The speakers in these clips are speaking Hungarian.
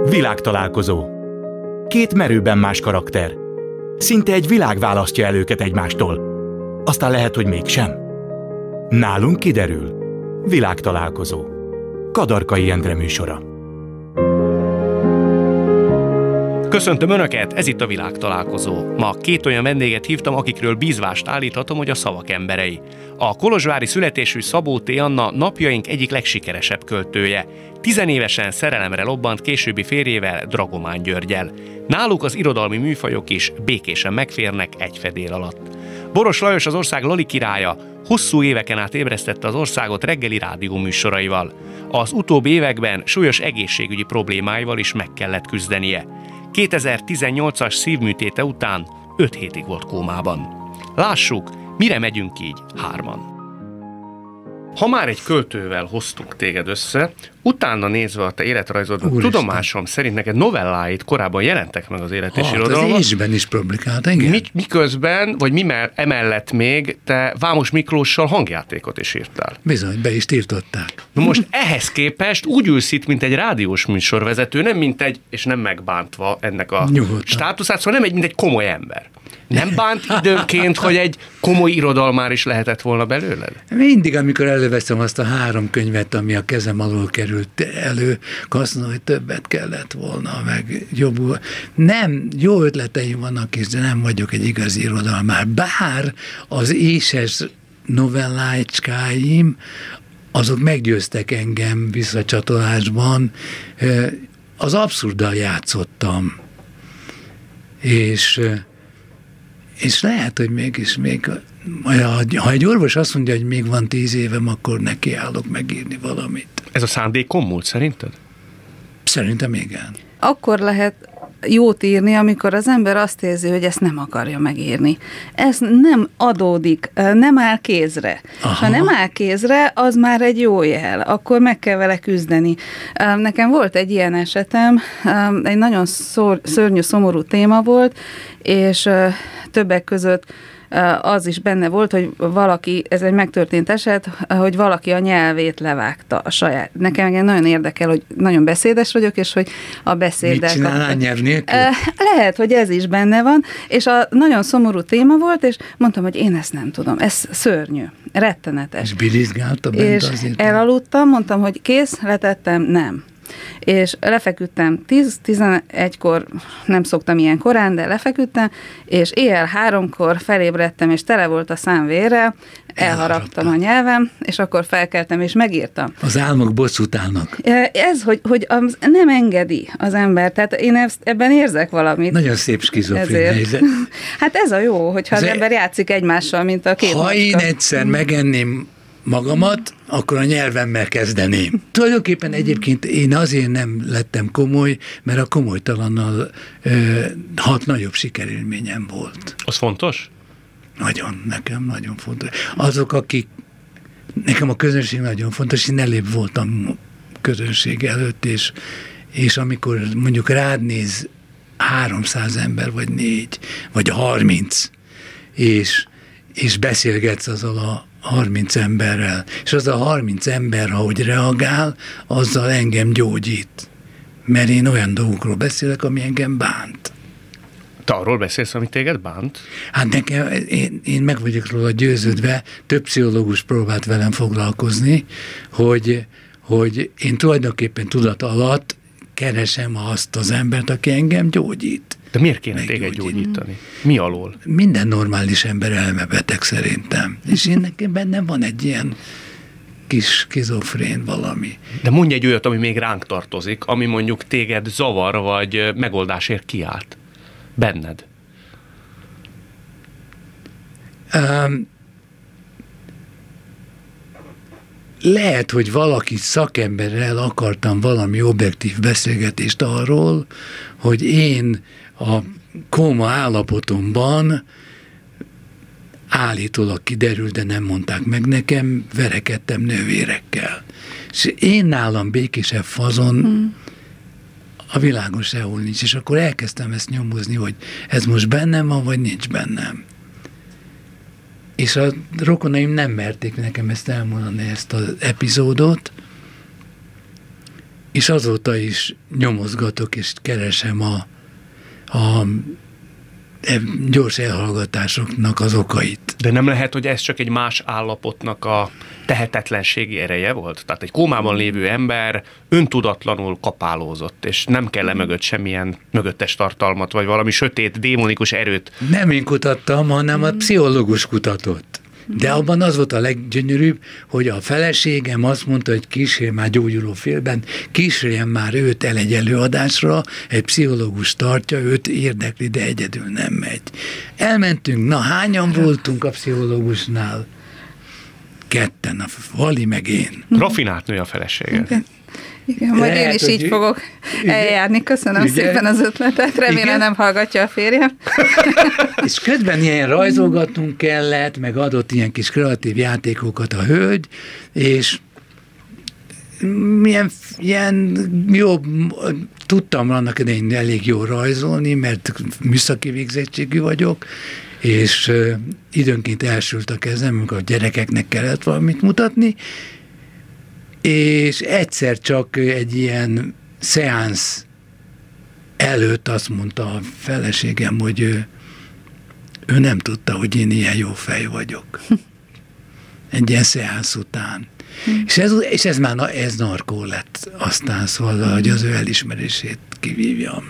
Világtalálkozó. Két merőben más karakter. Szinte egy világ választja el őket egymástól. Aztán lehet, hogy mégsem. Nálunk kiderül. Világtalálkozó. Kadarkai Endre műsora. Köszöntöm Önöket, ez itt a Világtalálkozó. Ma két olyan vendéget hívtam, akikről bízvást állíthatom, hogy a szavak emberei. A kolozsvári születésű Szabó T. Anna napjaink egyik legsikeresebb költője. 10 évesen szerelemre lobbant későbbi férjével, Dragomán Györggyel. Náluk az irodalmi műfajok is békésen megférnek egy fedél alatt. Boros Lajos, az ország Lali királya, hosszú éveken át ébresztette az országot reggeli rádió műsoraival. Az utóbbi években súlyos egészségügyi problémáival is meg kellett küzdenie. 2018-as szívműtéte után 5 hétig volt kómában. Lássuk, mire megyünk így hárman. Ha már egy költővel hoztunk téged össze, utána nézve a te életrajzodban, tudomásom szerint neked novelláid korábban jelentek meg az Élet és Irodalomban. Az Ésben is publikált, igen. Miközben, vagy emellett még te Vámos Miklóssal hangjátékot is írtál. Bizony, be is tiltották. Na most ehhez képest úgy ülsz itt, mint egy rádiós műsorvezető, nem mint egy, és nem megbántva ennek a státuszát, szóval nem mint egy komoly ember. Nem bánt időnként, hogy egy komoly irodalmár is lehetett volna belőled? Mindig, amikor előveszem azt a 3 könyvet, ami a kezem alól került elő, azt mondom, hogy többet kellett volna, meg jobb. Nem, jó ötleteim vannak is, de nem vagyok egy igazi irodalmár. Bár az éses novellácskáim, azok meggyőztek engem visszacsatolásban. Az abszurddal játszottam. És lehet, hogy mégis ha egy orvos azt mondja, hogy még van 10 évem, akkor nekiállok megírni valamit. Ez a szándékon múlt szerinted? Szerintem igen. Akkor lehet jót írni, amikor az ember azt érzi, hogy ezt nem akarja megírni. Ez nem adódik, nem áll kézre. Aha. Ha nem áll kézre, az már egy jó jel, akkor meg kell vele küzdeni. Nekem volt egy ilyen esetem, egy nagyon szörnyű, szomorú téma volt, és többek között az is benne volt, hogy valaki, ez egy megtörtént eset, hogy valaki a nyelvét levágta a saját. Nekem nagyon érdekel, hogy nagyon beszédes vagyok, és hogy a beszéddel... Mit csinál nyelv nélkül? Lehet, hogy ez is benne van, és nagyon szomorú téma volt, és mondtam, hogy én ezt nem tudom, ez szörnyű, rettenetes. És bilizgálta bent és azért? Elaludtam, mondtam, hogy kész, letettem, nem. És lefeküdtem 10-11-kor, nem szoktam ilyen korán, de lefeküdtem, és éjjel 3-kor felébredtem, és tele volt a szám vérrel, elharaptam a nyelvem, és akkor felkeltem, és megírtam. Az álmok bosszút állnak. Ez, hogy nem engedi az ember, tehát én ebben érzek valamit. Nagyon szép skizofrén helyzet. Hát ez a jó, hogyha az ember játszik egymással, mint a két Ha macska. én egyszer megenném magamat, akkor a nyelvemmel kezdeném. Tulajdonképpen egyébként én azért nem lettem komoly, mert a komolytalannal 6 nagyobb sikerélményem volt. Az fontos? Nagyon, nekem nagyon fontos. Azok, akik, nekem a közönség nagyon fontos, én elébb voltam közönség előtt, és amikor mondjuk rád néz 300 ember, vagy 4, vagy 30, és beszélgetsz azzal a 30 emberrel, és az a 30 ember, ahogy reagál, azzal engem gyógyít. Mert én olyan dolgokról beszélek, ami engem bánt. Te arról beszélsz, ami téged bánt? Hát nekem, én meg vagyok róla győződve, több pszichológus próbált velem foglalkozni, hogy én tulajdonképpen tudat alatt keresem azt az embert, aki engem gyógyít. De miért kéne téged gyógyítani? Mi alól? Minden normális ember elmebeteg szerintem. És én nekem bennem van egy ilyen kis skizofrén valami. De mondj egy olyat, ami még ránk tartozik, ami mondjuk téged zavar, vagy megoldásért kiállt. Benned. Lehet, hogy valaki szakemberrel akartam valami objektív beszélgetést arról, hogy én a kóma állapotomban állítólag kiderült, de nem mondták meg nekem, verekedtem nővérekkel. És én nálam békésebb fazon a világon sehol nincs, és akkor elkezdtem ezt nyomozni, hogy ez most bennem van, vagy nincs bennem. És a rokonaim nem merték nekem ezt elmondani, ezt az epizódot, és azóta is nyomozgatok, és keresem a gyors elhallgatásoknak az okait. De nem lehet, hogy ez csak egy más állapotnak a tehetetlenségi ereje volt? Tehát egy kómában lévő ember öntudatlanul kapálózott, és nem kell mögött semmilyen mögöttes tartalmat, vagy valami sötét, démonikus erőt. Nem én kutattam, hanem a pszichológus kutatott. De abban az volt a leggyönyörűbb, hogy a feleségem azt mondta, hogy kísérj már gyógyuló félben, kísérjem már őt el egy előadásra, egy pszichológus tartja, őt érdekli, de egyedül nem megy. Elmentünk, na hányan voltunk a pszichológusnál? Ketten, a Vali meg én. Rafinált nő a felesége. Igen, majd én is így fogok eljárni. Köszönöm szépen az ötletet, remélem nem hallgatja a férjem. És közben ilyen rajzolgatnunk kellett, meg adott ilyen kis kreatív játékokat a hölgy, és ilyen jobb, tudtam annak idején elég jó rajzolni, mert műszaki végzettségű vagyok, és időnként elsült a kezem, amikor a gyerekeknek kellett valamit mutatni, és egyszer csak egy ilyen szeánsz előtt azt mondta a feleségem, hogy ő nem tudta, hogy én ilyen jó fej vagyok. Egy ilyen szeánsz után. És ez már ez narkó lett aztán, szóval, hogy az ő elismerését kivívjam.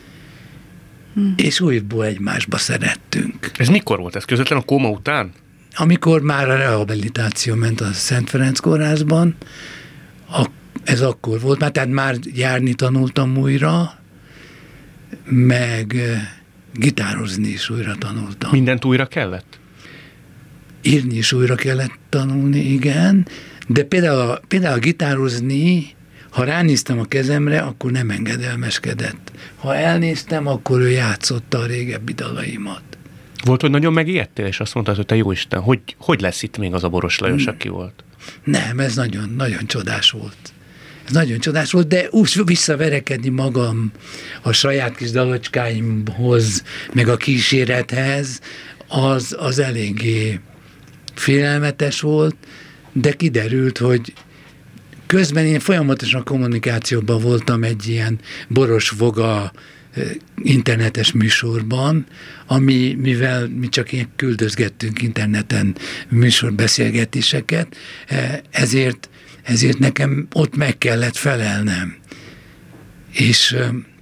És újból egymásba szerettünk. Ez mikor volt? Ez közvetlen a kóma után? Amikor már a rehabilitáció ment a Szent Ferenc kórházban, ez akkor volt, tehát már járni tanultam újra, meg gitározni is újra tanultam. Mindent újra kellett? Írni is újra kellett tanulni, igen, de például gitározni, ha ránéztem a kezemre, akkor nem engedelmeskedett. Ha elnéztem, akkor ő játszotta a régebbi dalaimat. Volt, hogy nagyon megijedtél, és azt mondtad, hogy te jó Isten, hogy lesz itt még az a Boros Lajos, aki volt? Nem, ez nagyon, nagyon csodás volt. Ez nagyon csodás volt, de úgy visszaverekedni magam a saját kis dalocskáimhoz, meg a kísérethez, az eléggé félelmetes volt, de kiderült, hogy közben én folyamatosan kommunikációban voltam egy ilyen Boros Voga internetes műsorban, mivel mi csak ilyen küldözgettünk interneten műsorbeszélgetéseket, ezért nekem ott meg kellett felelnem. És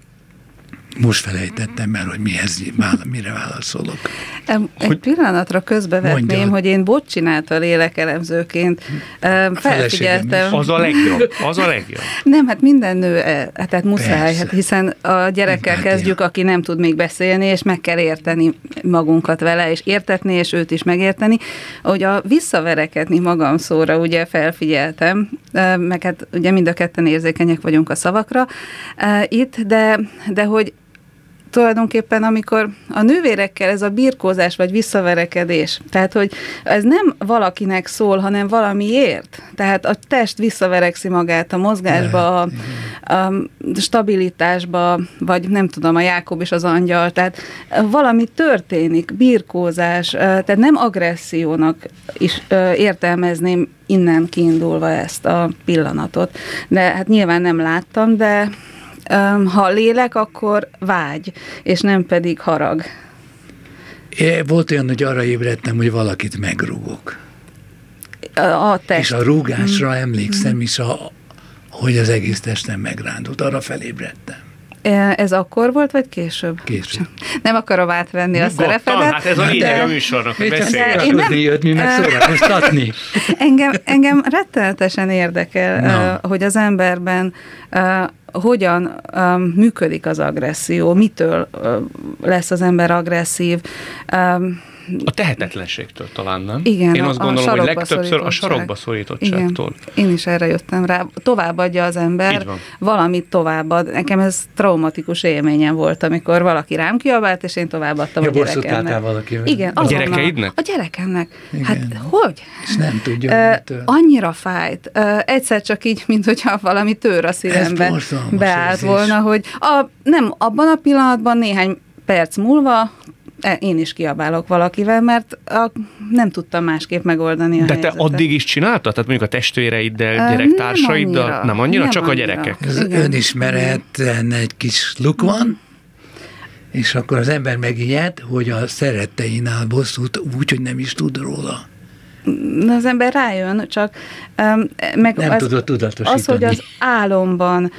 most felejtettem el, hogy mire válaszolok. Egy pillanatra közbevetném, hogy én botcsináltal élekelemzőként felfigyeltem. Az a legjobb, az a legjobb. Nem, hát minden nő, tehát muszáj, hát hiszen a gyerekkel kezdjük, aki nem tud még beszélni, és meg kell érteni magunkat vele, és értetni, és őt is megérteni. Hogy a visszaverekedni magam szóra ugye felfigyeltem, meg hát ugye mind a ketten érzékenyek vagyunk a szavakra itt, de hogy tulajdonképpen, amikor a nővérekkel ez a birkózás vagy visszaverekedés, tehát, hogy ez nem valakinek szól, hanem valamiért. Tehát a test visszaverekszi magát a mozgásba, a stabilitásba, vagy nem tudom, a Jákob és az angyal, tehát valami történik, birkózás, tehát nem agressziónak is értelmezném innen kiindulva ezt a pillanatot. De hát nyilván nem láttam, de ha lélek, akkor vágy, és nem pedig harag. Volt olyan, hogy arra ébredtem, hogy valakit megrúgok. A test. És a rúgásra emlékszem is, hogy az egész testem megrándult. Arra felébredtem. Ez akkor volt, vagy később? Később. Nem akarom átvenni a szerepedet. Hát ez a lényeg a műsornak, hogy beszélgetni. Jött, mi meg szórakoztatni. Engem rettenetesen érdekel, hogy az emberben hogyan működik az agresszió, mitől lesz az ember agresszív. A tehetetlenségtől talán, nem? Igen, én azt gondolom, hogy legtöbbször a sarokba szorítottságtól. Igen, én is erre jöttem rá. Továbbadja az ember, valamit továbbad. Nekem ez traumatikus élményem volt, amikor valaki rám kiabált, és én továbbadtam a gyerekemnek. Igen, a gyerekeidnek? A gyerekemnek. Igen. Hát hogy? És nem tudja, annyira fájt. Egyszer csak így, mint hogyha valami tör a szívembe beállt volna, hogy nem abban a pillanatban, néhány perc múlva én is kiabálok valakivel, mert nem tudtam másképp megoldani a helyzetet. De te addig is csináltad? Tehát mondjuk a testvéreiddel, gyerektársaiddal? Nem annyira, csak annyira. A gyerekek. Az önismereten egy kis luk van, és akkor az ember megijed, hogy a szeretteinál bosszút úgy, hogy nem is tud róla. Az ember rájön, csak nem tudod tudatosítani. Az, hogy az álomban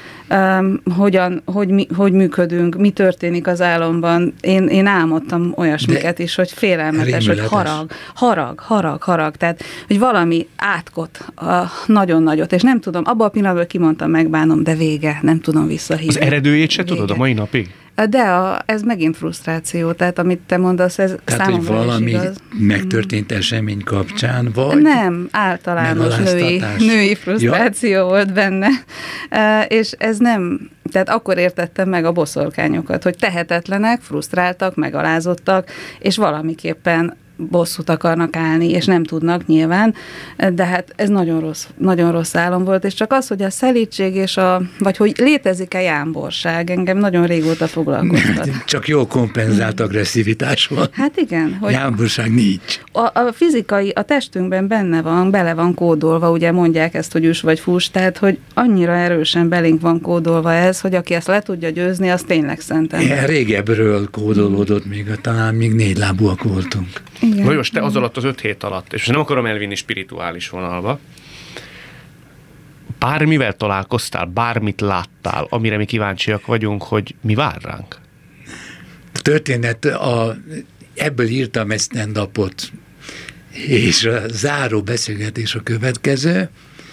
hogy működünk, mi történik az álomban. Én álmodtam olyasmiket is, hogy félelmetes, hogy harag. Tehát, hogy valami átkot, nagyon nagyot, és nem tudom, abban a pillanatban kimondtam, megbánom, de vége, nem tudom visszahívni. Az eredőjét se tudod a mai napig? De ez megint frusztráció, tehát amit te mondasz, ez tehát, számomra hogy valami is igaz. megtörtént esemény kapcsán, vagy nem, általános női frusztráció volt benne, és ez nem, tehát akkor értettem meg a boszorkányokat, hogy tehetetlenek, frusztráltak, megalázottak, és valamiképpen bosszút akarnak állni, és nem tudnak nyilván, de hát ez nagyon rossz álom volt, és csak az, hogy a szelídség vagy hogy létezik-e jámborság, engem nagyon régóta foglalkoztat. Csak jól kompenzált agresszivitás van. Hát igen. Hogy jámborság nincs. A fizikai, a testünkben bele van kódolva, ugye mondják ezt, hogy üs vagy fuss, tehát hogy annyira erősen belénk van kódolva ez, hogy aki ezt le tudja győzni, az tényleg szentember. Ilyen régebről kódolódott talán még 4 lábúak voltunk. Igen. Lajos, te az alatt az 5 hét alatt, és nem akarom elvinni spirituális vonalba, bármivel találkoztál, bármit láttál, amire mi kíváncsiak vagyunk, hogy mi vár ránk? A történet, ebből írtam egy stand-upot, és a záró beszélgetés a következő.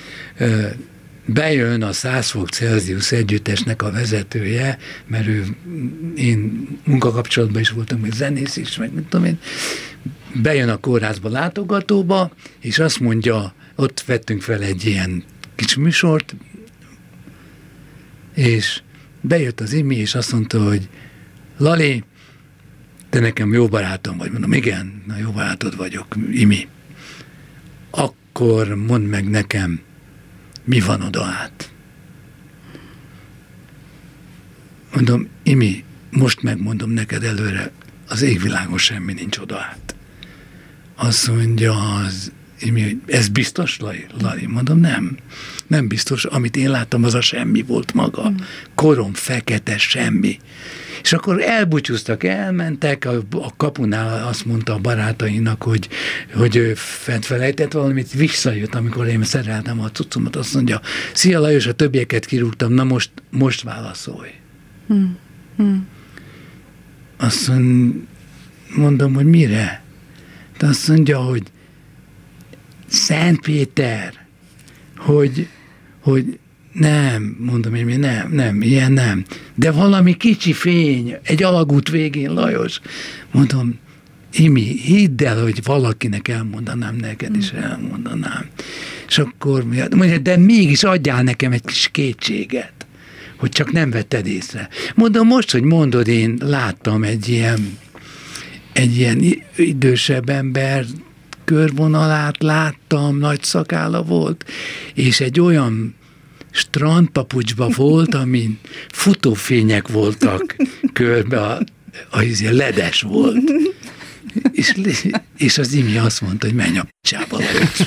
Bejön a 100 fok Celsius együttesnek a vezetője, mert én munkakapcsolatban is voltam, meg zenész is, meg mit tudom én, bejön a kórházba látogatóba, és azt mondja, ott vettünk fel egy ilyen kis műsort, és bejött az Imi, és azt mondta, hogy Lali, te nekem jó barátom vagy. Mondom, igen, na jó barátod vagyok, Imi. Akkor mondd meg nekem, mi van oda át? Mondom, Imi, most megmondom neked előre, az égvilágon semmi nincs oda át. Azt mondja az Imi, hogy ez biztos, Lali? Mondom, nem biztos. Amit én láttam, az a semmi volt maga. Korom, fekete, semmi. És akkor elbúcsúztak, elmentek, a kapunál azt mondta a barátainak, hogy ő fent felejtett valamit, visszajött, amikor én szereltem a cuccomat, azt mondja, szia Lajos, a többieket kirúgtam, na most válaszolj. Azt mondom, hogy mire? De azt mondja, hogy Szentpéter, hogy nem, mondom én, nem, ilyen nem. De valami kicsi fény, egy alagút végén, Lajos. Mondom, Imi, hidd el, hogy valakinek elmondanám, neked is elmondanám. És akkor mondja, de mégis adjál nekem egy kis kétséget, hogy csak nem vetted észre. Mondom, most, hogy mondod, én láttam egy ilyen idősebb ember körvonalát láttam, nagy szakálla volt, és egy olyan strandpapucsba volt, amin futófények voltak körbe, a ledes volt. És az Imi azt mondta, hogy menj a p***csába.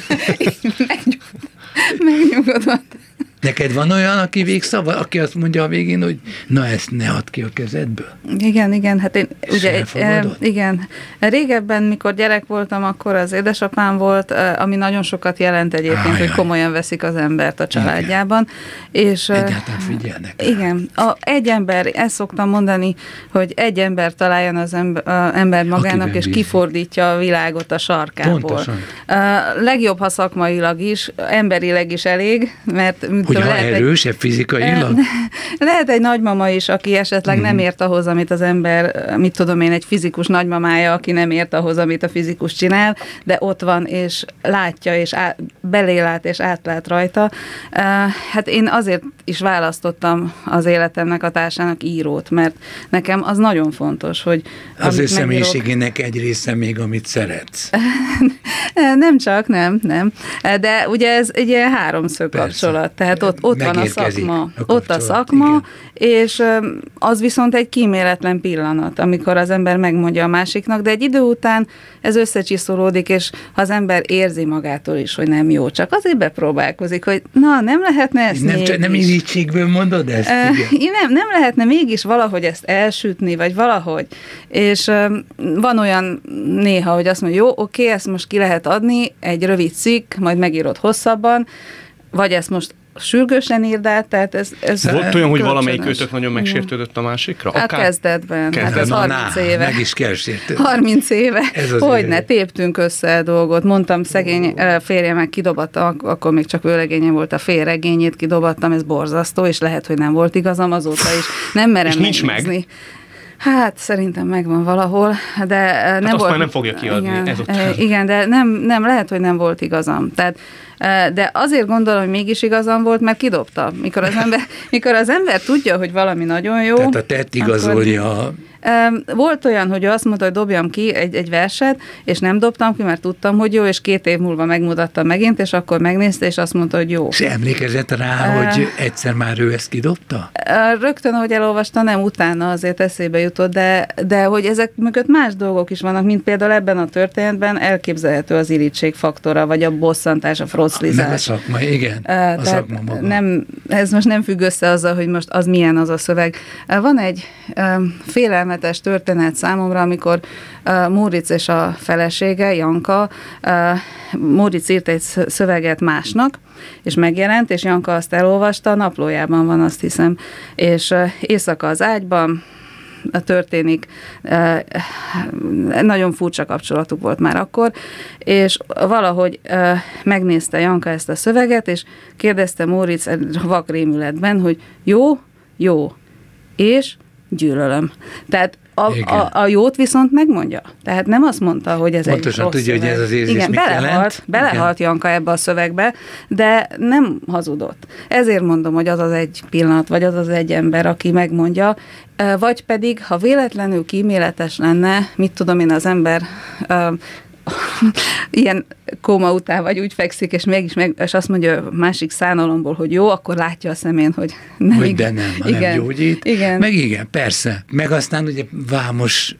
Megnyugodott. Neked van olyan, aki végszava, aki azt mondja a végén, hogy na ezt ne add ki a kezedből? Igen, hát én ugye, igen. Régebben, mikor gyerek voltam, akkor az édesapám volt, ami nagyon sokat jelent egyébként, hogy komolyan veszik az embert a családjában. És, egyáltalán figyelnek. Igen. Egy ember, ezt szoktam mondani, hogy egy ember találjon az ember magának, és kifordítja a világot a sarkából. Pontosan. Legjobb, ha szakmailag is, emberileg is elég, mert hogy ha erősebb fizikailag? Lehet egy nagymama is, aki esetleg nem ért ahhoz, amit az ember, mit tudom én, egy fizikus nagymamája, aki nem ért ahhoz, amit a fizikus csinál, de ott van, és látja, és belélát, és átlát rajta. Hát én azért is választottam az életemnek a társának írót, mert nekem az nagyon fontos, hogy... Az ő személyiségének egy része még, amit szeretsz. Nem csak, nem. De ugye ez egy ilyen háromszög kapcsolat. Tehát Tehát ott van a szakma. Ott a szakma, igen. És az viszont egy kíméletlen pillanat, amikor az ember megmondja a másiknak, de egy idő után ez összecsiszolódik, és ha az ember érzi magától is, hogy nem jó, csak azért bepróbálkozik, hogy na, nem lehetne ezt nem irítségből mondod ezt? Nem lehetne mégis valahogy ezt elsütni, vagy valahogy. És van olyan néha, hogy azt mondja, jó, oké, ezt most ki lehet adni, egy rövid cikk, majd megírod hosszabban, vagy ezt most sürgősen írd át, tehát ez volt olyan, hogy valamelyik őtök nagyon megsértődött a másikra? A kezdetben. Hát ez 30 éve. Meg is kell sértődni. 30 éve. Hogyne, téptünk össze dolgot. Mondtam, szegény férje meg kidobatta, akkor még csak vőlegénye volt, a félregényét kidobattam, ez borzasztó, és lehet, hogy nem volt igazam azóta is. Nem merem megnézni. Hát szerintem megvan valahol, de nem azt volt. Már nem fogja kiadni. Igen, de nem lehet, hogy nem volt igazam. Tehát, de azért gondolom, hogy mégis igazam volt, mert kidobta. Mikor az ember tudja, hogy valami nagyon jó. Tehát a tett igazolja. Volt olyan, hogy azt mondta, hogy dobjam ki egy verset, és nem dobtam ki, mert tudtam, hogy jó, és 2 év múlva megmutatta megint, és akkor megnézte, és azt mondta, hogy jó. És emlékezett rá, hogy egyszer már ő ezt kidobta? Rögtön, ahogy elolvasta, nem, utána azért eszébe jutott, de hogy ezek mögött más dolgok is vannak, mint például ebben a történetben elképzelhető az irigység faktora, vagy a bosszantás, a froclizás. Nem a szakma, igen. A szakma maga. Ez most nem függ össze azzal, hogy most az milyen az a szöveg. Van egy félelmetes történet számomra, amikor Móricz és a felesége, Janka, Móricz írt egy szöveget másnak, és megjelent, és Janka azt elolvasta, a naplójában van, azt hiszem, és éjszaka az ágyban történik, nagyon furcsa kapcsolatuk volt már akkor, és valahogy megnézte Janka ezt a szöveget, és kérdezte Móricz vak rémületben, hogy jó, és gyűlölöm. Tehát a jót viszont megmondja. Tehát nem azt mondta, hogy ez pontosan egy rossz tudja, szöveg. hogy ez az érzés igen, belehalt Janka ebbe a szövegbe, de nem hazudott. Ezért mondom, hogy az az egy pillanat, vagy az az egy ember, aki megmondja, vagy pedig, ha véletlenül kíméletes lenne, mit tudom én, az ember ilyen kóma után vagy úgy fekszik, és mégis és azt mondja a másik szánalomból, hogy jó, akkor látja a szemén, hogy nem. Hogy de nem, nem gyógyít. Igen. Meg igen, persze. Meg aztán ugye Vámos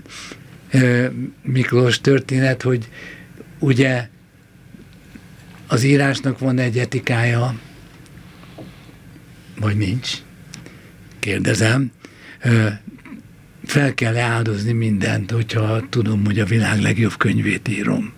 Miklós történet, hogy ugye az írásnak van egy etikája, vagy nincs, kérdezem, fel kell áldozni mindent, hogyha tudom, hogy a világ legjobb könyvét írom.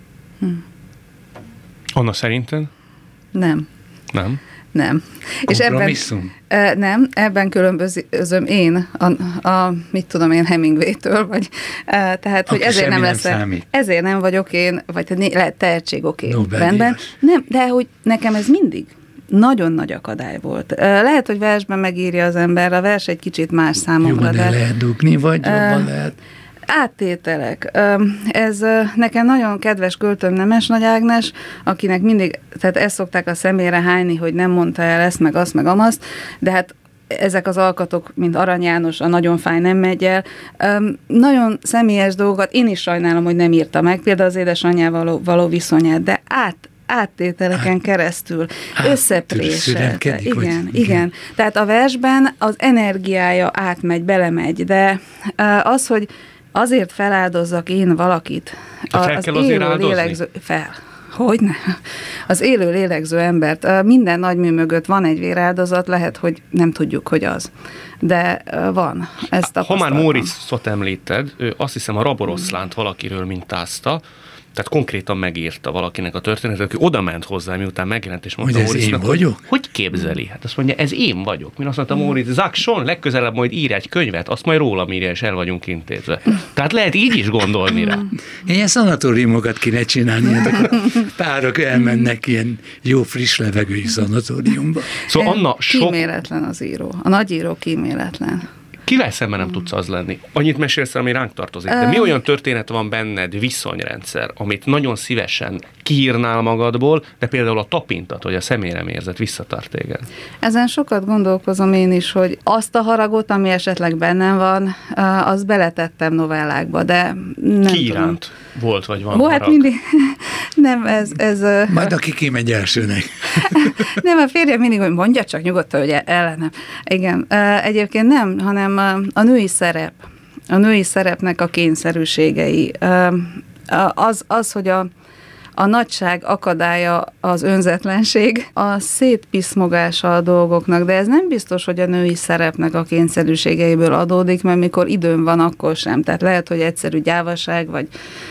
Anna szerinted? Nem. Nem? És ebben különbözöm én, mit tudom én, Hemingway-től, vagy tehát, hogy ezért nem leszek. Ezért nem vagyok én, vagy lehet tehetségoké. Rendben. Nem, de hogy nekem ez mindig nagyon nagy akadály volt. Lehet, hogy versben megírja az ember, a vers egy kicsit más számomra. Jobban el lehet dugni, vagy jobban lehet... Áttételek. Ez nekem nagyon kedves költőm Nemes Nagy Ágnes, akinek mindig, tehát ezt szokták a szemére hányni, hogy nem mondta el ezt, meg azt, meg amazt, de hát ezek az alkatok, mint Arany János, a Nagyon fáj nem megy el. Nagyon személyes dolgokat én is sajnálom, hogy nem írta meg, például az édesanyjával való viszonyát, de áttételeken keresztül összepréselte. Igen. Tehát a versben az energiája átmegy, belemegy, de az, hogy azért feláldozzak én valakit, az élő lélegző... Hogyne? Az élő lélegző embert. Minden nagymű mögött van egy véráldozat, lehet, hogy nem tudjuk, hogy az. De van. Ha már Móriczot említed, azt hiszem a Raboroszlánt valakiről mintázta, tehát konkrétan megírta valakinek a történetet, aki oda ment hozzá, miután megjelent, és mondta Móricznak, hogy képzeli? Hát azt mondja, ez én vagyok. Min azt mondta Móricz, Zakson legközelebb majd ír egy könyvet, azt majd rólam írja, és el vagyunk intézve. Tehát lehet így is gondolni rá. Ilyen szanatóriumokat kéne csinálni, hát párok elmennek ilyen jó friss levegői szanatóriumba. Szóval Anna kíméletlen az író. A nagyíró kíméletlen. Kivel szemben nem tudsz az lenni? Annyit mesélsz, ami ránk tartozik, de mi olyan történet van benned, viszonyrendszer, amit nagyon szívesen kiírnál magadból, de például a tapintat, vagy a szemérem-érzet visszatart téged? Ezen sokat gondolkozom én is, hogy azt a haragot, ami esetleg bennem van, azt beletettem novellákba, de nem Ki iránt volt, vagy van harag? Hát mindig, nem, ez... Majd aki kimegy elsőnek. Nem, a férjem mindig, hogy mondja csak nyugodtan, hogy ellenem. Igen, egyébként nem, hanem a női szerep. A női szerepnek a kényszerűségei. Az, hogy a nagyság akadálya az önzetlenség, a szétpiszmogása a dolgoknak, de ez nem biztos, hogy a női szerepnek a kényszerűségeiből adódik, mert mikor időm van, akkor sem. Tehát lehet, hogy egyszerű gyávaság, vagy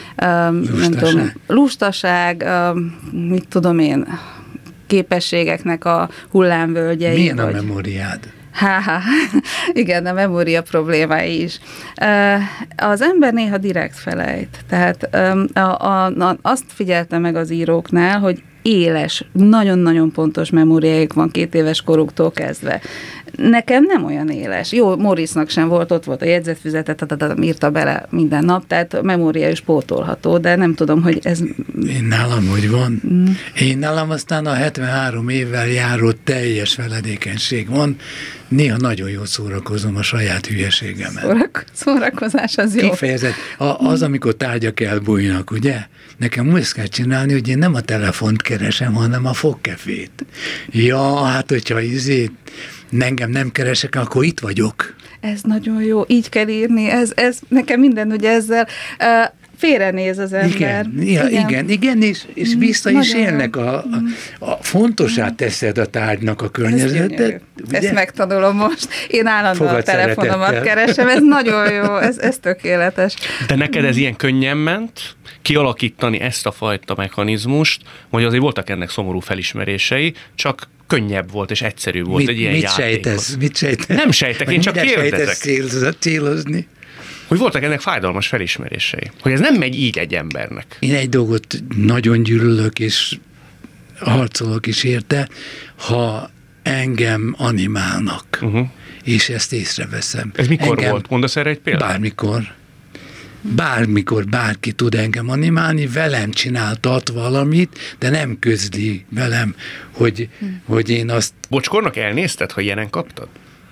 lustaság, mit tudom én, képességeknek a hullámvölgyei. Milyen a memóriád? Igen, a memória problémái is. Az ember néha direkt felejt. Tehát azt figyelte meg az íróknál, hogy éles, nagyon-nagyon pontos memóriájuk van 2 éves koruktól kezdve. Nekem nem olyan éles. Jó, Morrisnak sem volt, ott volt a jegyzetfüzetet, írta bele minden nap, tehát a memória is pótolható, de nem tudom, hogy ez... Én nálam hogy van. Én nálam aztán a 73 évvel járó teljes feledékenység van. Néha nagyon jól szórakozom a saját hülyeségemmel. Szórakozás az jó. Kifejezett. Az, amikor tárgyak elbújnak, ugye? Nekem úgy kell csinálni, hogy én nem a telefont keresem, hanem a fogkefét. Ja, hát hogyha engem nem keresek, akkor itt vagyok. Ez nagyon jó, így kell írni, ez nekem minden, hogy ezzel félrenéz az ember. Igen, és vissza is élnek. A fontosát teszed a tárgynak a környezetet. Ezt megtanulom most. Én állandóan a telefonomat keresem, ez nagyon jó, ez tökéletes. De neked ez ilyen könnyen ment kialakítani ezt a fajta mechanizmust, vagy azért voltak ennek szomorú felismerései, csak könnyebb volt és egyszerűbb volt egy ilyen játék. Mit sejtesz? Nem sejtek, én csak kérdezek. Célozni? Hogy voltak ennek fájdalmas felismerései. Hogy ez nem megy így egy embernek. Én egy dolgot nagyon gyűlölök, és harcolok is érte, ha engem animálnak, és ezt észreveszem. Ez mikor volt? Mondasz erre egy példát? Bármikor bárki tud engem animálni, velem csináltat valamit, de nem közli velem, hogy én azt... Bocskornak elnézted, ha ilyenen kaptad?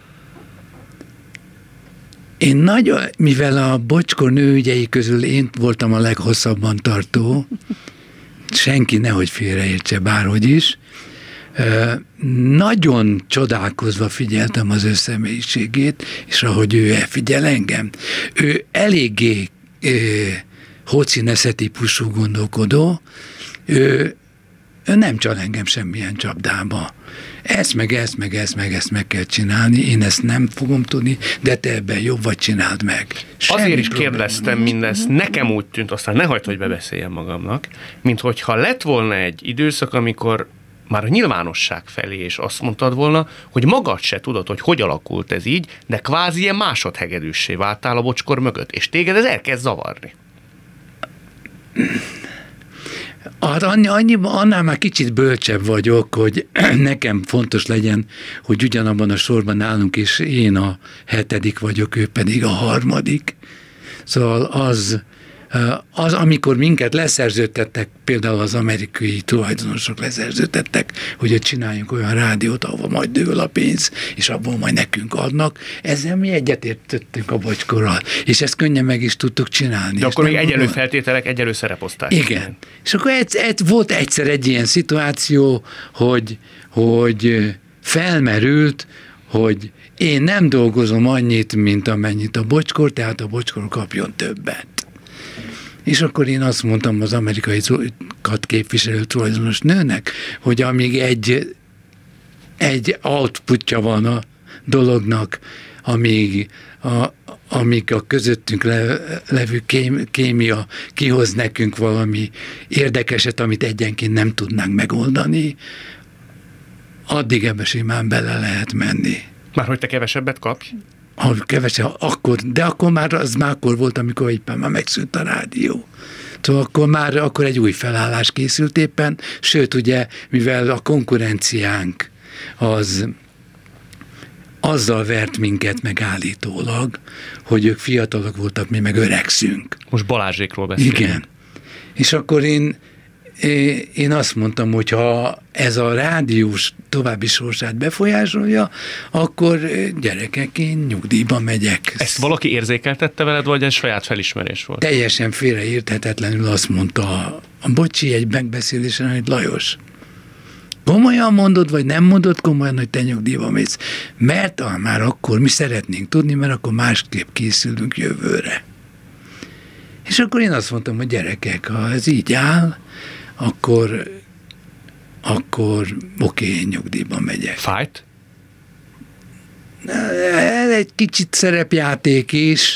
Én mivel a Bocskor nőügyei közül én voltam a leghosszabban tartó, senki nehogy félreértse bárhogy is, nagyon csodálkozva figyeltem az ő személyiségét, és ahogy ő elfigyel engem. Ő eléggé Hoci-Nesze típusú gondolkodó, ő nem csal engem semmilyen csapdába. Ezt meg kell csinálni, én ezt nem fogom tudni, de te ebben jobb vagy, csináld meg. Azért is kérdeztem mindezt, nekem úgy tűnt, aztán ne hagyd, hogy bebeszéljem magamnak, mint hogyha lett volna egy időszak, amikor már a nyilvánosság felé, és azt mondtad volna, hogy magad se tudod, hogy alakult ez így, de kvázi ilyen másodhegedűssé váltál a Bocskor mögött, és téged ez elkezd zavarni. Annál már kicsit bölcsebb vagyok, hogy nekem fontos legyen, hogy ugyanabban a sorban állunk, és én a 7. vagyok, ő pedig a 3. Szóval az, amikor minket leszerződtettek, például az amerikai tulajdonosok leszerződtettek, hogy csináljunk olyan rádiót, ahova majd dől a pénz, és abból majd nekünk adnak, ezzel mi egyetértettünk a Bocskorral, és ezt könnyen meg is tudtuk csinálni. De akkor még egyenlő feltételek, egyenlő szereposztás. Igen. És akkor volt egyszer egy ilyen szituáció, hogy felmerült, hogy én nem dolgozom annyit, mint amennyit a Bocskor, tehát a Bocskor kapjon többet. És akkor én azt mondtam az amerikai képviselő tulajdonos nőnek, hogy amíg egy outputja van a dolognak, amíg a közöttünk levő kémia kihoz nekünk valami érdekeset, amit egyenként nem tudnánk megoldani, addig ebbe simán bele lehet menni. Már hogy te kevesebbet kapj? De akkor már akkor volt, amikor éppen már megszűnt a rádió. Szóval akkor egy új felállás készült éppen, sőt ugye, mivel a konkurenciánk azzal vert minket meg állítólag, hogy ők fiatalok voltak, mi meg öregszünk. Most Balázsékról beszélünk. Igen. És akkor én azt mondtam, hogy ha ez a rádiós további sorsát befolyásolja, akkor gyerekek, én nyugdíjba megyek. Ezt valaki érzékeltette veled, vagy ez saját felismerés volt? Teljesen félreérthetetlenül azt mondta a bocsi egy megbeszélésen, hogy Lajos, komolyan mondod, vagy nem mondod komolyan, hogy te nyugdíjba mész? Mert már akkor mi szeretnénk tudni, mert akkor másképp készülünk jövőre. És akkor én azt mondtam, hogy gyerekek, ha ez így áll, akkor oké, én nyugdíjba megyek. Fájt? Ez egy kicsit szerepjáték is.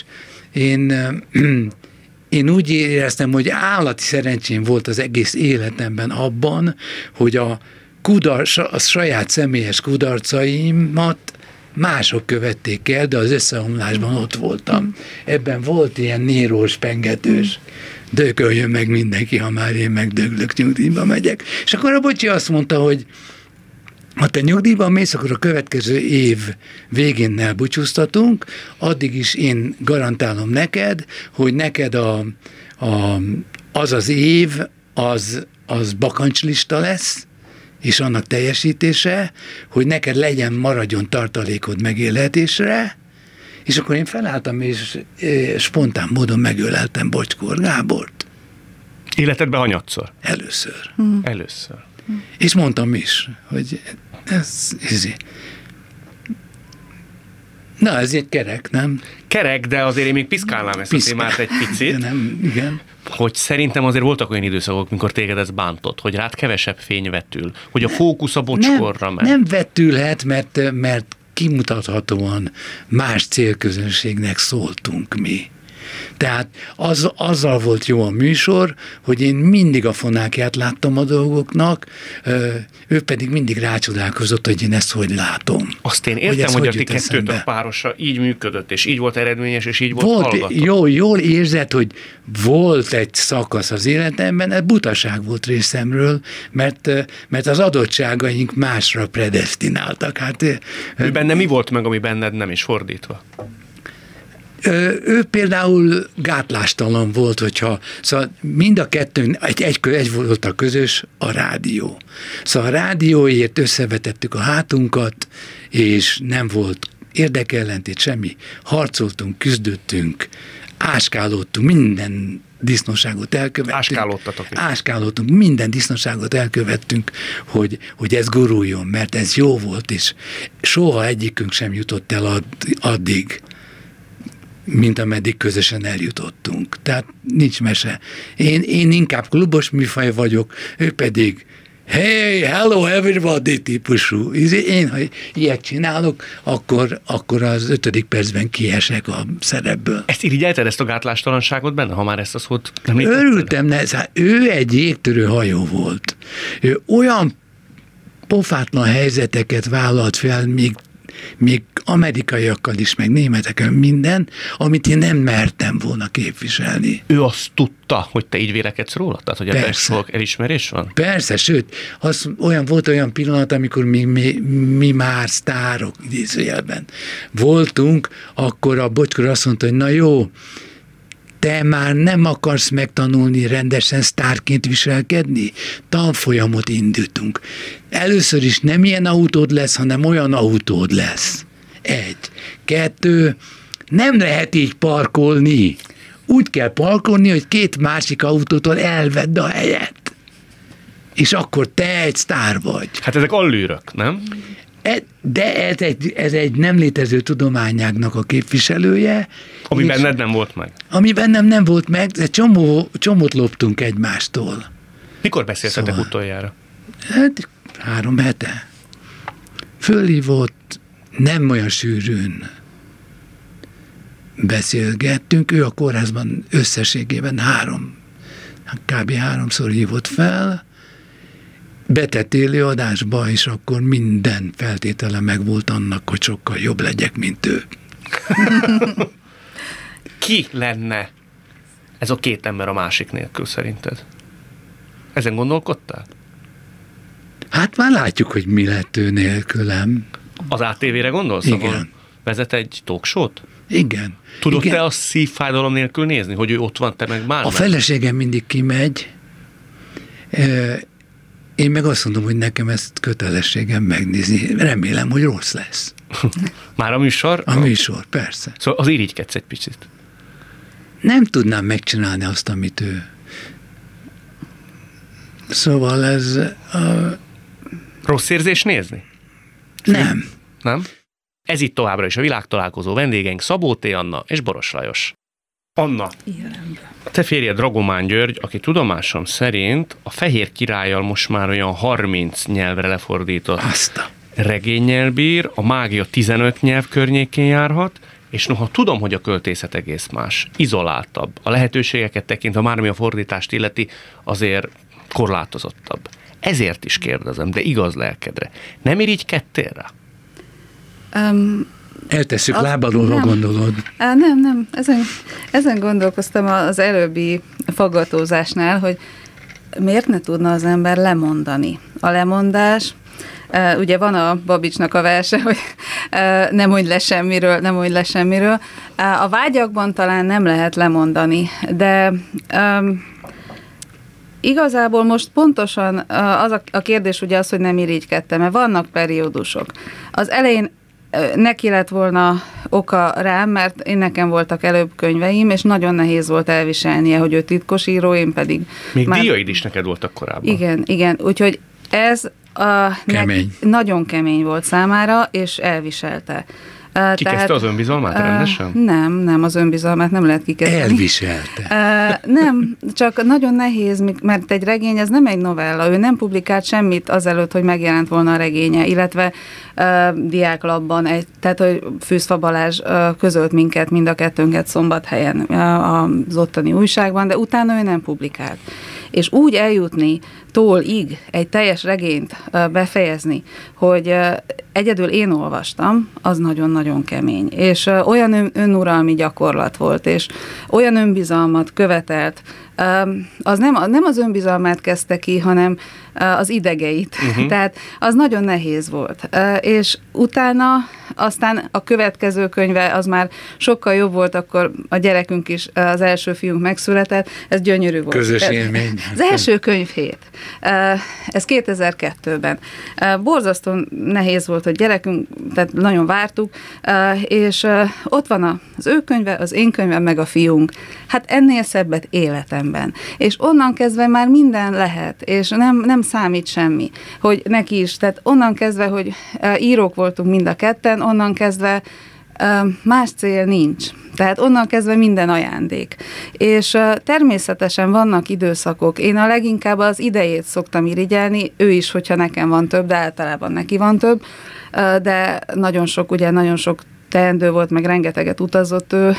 Én úgy éreztem, hogy állati szerencsém volt az egész életemben abban, hogy a saját személyes kudarcaimat mások követték el, de az összeomlásban ott voltam. Ebben volt ilyen nérós, pengetős, dököljön meg mindenki, ha már én megdöglök, nyugdíjba megyek. És akkor a bocsi azt mondta, hogy ha te nyugdíjban mész, akkor a következő év végén elbúcsúztatunk, addig is én garantálom neked, hogy neked az év, az bakancslista lesz, és annak teljesítése, hogy neked maradjon tartalékod megélhetésre, és akkor én felálltam, és spontán módon megöleltem Bocskor Gábort. Életedben hanyatszor? Először. Először. És mondtam is, hogy ez na, ez egy kerek, nem? Kerek, de azért én még piszkálnám ezt a témát egy picit. Nem, igen. Hogy szerintem azért voltak olyan időszakok, mikor téged ez bántott, hogy rád kevesebb fény vetül, hogy a fókusz a Bocskorra megy. Nem vetülhet, mert kimutathatóan más célközönségnek szóltunk mi. Tehát azzal volt jó a műsor, hogy én mindig a fonákját láttam a dolgoknak, ő pedig mindig rácsodálkozott, hogy én ezt hogy látom. Azt én értem, hogy a ti kettőtök párosa így működött, és így volt eredményes, és így volt hallgató. Jól érzed, hogy volt egy szakasz az életemben, ez butaság volt részemről, mert az adottságaink másra predesztináltak. Hát, ő benne mi volt meg, ami benned nem, és fordítva? Ő például gátlástalan volt, szóval mind a kettőn egy volt a közös, a rádió. Szóval a rádióért összevetettük a hátunkat, és nem volt érdekellentét semmi. Harcoltunk, küzdöttünk, áskálódtunk, minden disznóságot elkövettünk. Áskálódtunk, minden disznóságot elkövettünk, hogy ez guruljon, mert ez jó volt, és soha egyikünk sem jutott el addig, mint ameddig közösen eljutottunk. Tehát nincs mese. Én inkább klubos műfaj vagyok, ő pedig hey, hello everybody típusú. Én, ha ilyet csinálok, akkor az 5. percben kiesek a szerepből. Ezt irigyelted, ezt a gátlástalanságot benne, ha már ezt a szót nem értetted? Örültem, ő egy jégtörő hajó volt. Ő olyan pofátlan helyzeteket vállalt fel, még amerikaiakkal is, meg németekkel minden, amit én nem mertem volna képviselni. Ő azt tudta, hogy te így vélekedsz róla? Tehát, hogy ebben sok elismerés van? Persze, sőt, volt olyan pillanat, amikor mi már sztárok, idézőjelben voltunk, akkor a Bocskor azt mondta, hogy na jó, te már nem akarsz megtanulni rendesen sztárként viselkedni? Tanfolyamot indítunk. Először is nem ilyen autód lesz, hanem olyan autód lesz. 1. 2. Nem lehet így parkolni. Úgy kell parkolni, hogy 2 másik autótól elvedd a helyet. És akkor te egy sztár vagy. Hát ezek allűrök, nem? De ez egy nem létező tudományágnak a képviselője. Ami benned nem volt meg. Ami bennem nem volt meg, de csomót loptunk egymástól. Mikor beszéltetek utoljára? Hát 3 hete. Fölhívott, nem olyan sűrűn beszélgettünk, ő a kórházban összességében kb. 3-szor hívott fel, betett élőadásba, és akkor minden feltétele megvolt annak, hogy sokkal jobb legyek, mint ő. Ki lenne ez a 2 ember a másik nélkül szerinted? Ezen gondolkodtál? Hát már látjuk, hogy mi lett ő nélkülem. Az ATV-re gondolsz? Igen. Vezet egy talkshow-t? Igen. Tudod Igen. te azt szívfájdalom nélkül nézni, hogy ő ott van, te meg már A feleségem mindig kimegy, én meg azt mondom, hogy nekem ezt kötelességem megnézni. Remélem, hogy rossz lesz. Már a műsor? A műsor, persze. Szóval az irigykedsz egy picit. Nem tudnám megcsinálni azt, amit ő. Szóval ez... Rossz érzés nézni? Nem. Nem? Ez itt továbbra is a világtalálkozó, vendégeink Szabó T. Anna és Boros Lajos. Anna, a te férjed Dragomán György, aki tudomásom szerint a Fehér Királlyal most már olyan 30 nyelvre lefordított regénnyel bír, a mágia 15 nyelv környékén járhat, és noha tudom, hogy a költészet egész más, izoláltabb, a lehetőségeket tekintve már ami a fordítást illeti, azért korlátozottabb. Ezért is kérdezem, de igaz lelkedre. Nem irigykedtél rá? Eltesszük lábadról, gondolod. Nem. Ezen gondolkoztam az előbbi faggatózásnál, hogy miért ne tudna az ember lemondani. A lemondás, ugye van a Babicsnak a verse, hogy nem mondj le semmiről. A vágyakban talán nem lehet lemondani, de igazából most pontosan az a kérdés ugye az, hogy nem irigykedtem, mert vannak periódusok. Az elején neki lett volna oka rám, mert nekem voltak előbb könyveim, és nagyon nehéz volt elviselnie, hogy ő titkos író, én pedig... Még díjaid is neked voltak korábban. Igen. Úgyhogy ez nagyon kemény volt számára, és elviselte. Kikezdte az önbizalmát rendesen? Nem, az önbizalmát nem lehet kikezdeni. Elviselte. Nem, csak nagyon nehéz, mert egy regény, ez nem egy novella, ő nem publikált semmit azelőtt, hogy megjelent volna a regénye, illetve diáklapban, tehát hogy Fűzfa Balázs közölt minket, mind a kettőnket Szombathelyen az ottani újságban, de utána ő nem publikált. És úgy eljutni tólig egy teljes regényt befejezni, hogy egyedül én olvastam, az nagyon-nagyon kemény. És olyan önuralmi gyakorlat volt, és olyan önbizalmat követelt, az nem az önbizalmát kezdte ki, hanem az idegeit. Tehát az nagyon nehéz volt. És utána aztán a következő könyve az már sokkal jobb volt, akkor a gyerekünk is, az első fiunk megszületett, ez gyönyörű volt. Közös élmény. Az első könyvhét. Ez 2002-ben. Borzasztó nehéz volt, hogy gyerekünk, tehát nagyon vártuk, és ott van az ő könyve, az én könyvem, meg a fiunk. Hát ennél szebbet életemben. És onnan kezdve már minden lehet, és nem számít semmi, hogy neki is. Tehát onnan kezdve, hogy írók voltunk mind a ketten, onnan kezdve más cél nincs. Tehát onnan kezdve minden ajándék. És természetesen vannak időszakok. Én a leginkább az idejét szoktam irigyelni, ő is, hogyha nekem van több, de általában neki van több, de nagyon sok teendő volt, meg rengeteget utazott ő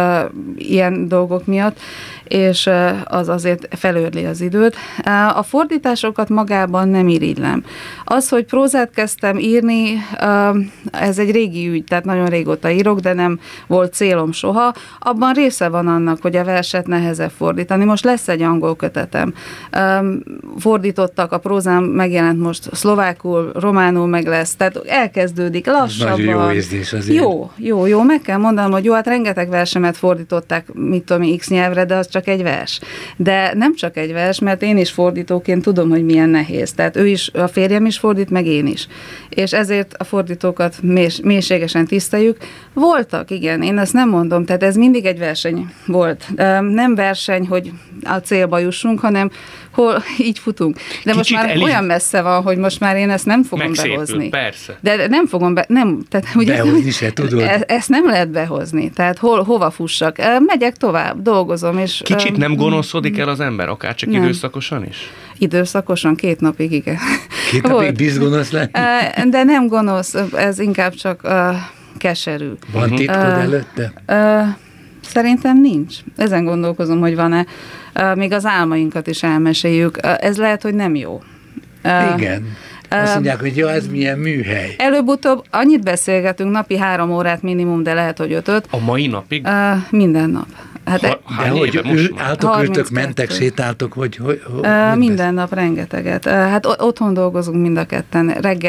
ilyen dolgok miatt, és az azért felőrli az időt. A fordításokat magában nem irigylem. Az, hogy prózát kezdtem írni, ez egy régi ügy, tehát nagyon régóta írok, de nem volt célom soha. Abban része van annak, hogy a verset nehezebb fordítani. Most lesz egy angol kötetem. Fordítottak, a prózám megjelent most szlovákul, románul meg lesz, tehát elkezdődik lassabban. Nagyon jó érzés azért. Jó, meg kell mondanom, hogy jó, hát rengeteg versemet fordították, mit tudom, X nyelvre, de az csak egy vers. De nem csak egy vers, mert én is fordítóként tudom, hogy milyen nehéz. Tehát ő is, a férjem is fordít, meg én is. És ezért a fordítókat mélységesen tiszteljük. Voltak, igen, én ezt nem mondom, tehát ez mindig egy verseny volt. Nem verseny, hogy a célba jussunk, hanem hol így futunk. De most már olyan messze van, hogy most már én ezt nem fogom behozni. Persze. De nem fogom tehát ugye behozni se tudod. Ezt nem lehet behozni. Tehát hova fussak? Megyek tovább, dolgozom. És, kicsit nem gonoszodik el az ember, akár csak időszakosan is? Időszakosan, 2 napig, igen. 2 napig bíz gonosz lenni? De nem gonosz, ez inkább csak keserű. Van titkod előtte? Szerintem nincs. Ezen gondolkozom, hogy van-e. Még az álmainkat is elmeséljük. Ez lehet, hogy nem jó. Igen. Azt mondják, hogy jó, ez milyen műhely. Előbb-utóbb annyit beszélgetünk, napi 3 órát minimum, de lehet, hogy 5-öt. A mai napig? Minden nap. Hát de hogy álltok, ültök, mentek, sétáltok, hogy minden nap rengeteget. Hát otthon dolgozunk mind a ketten. Reggel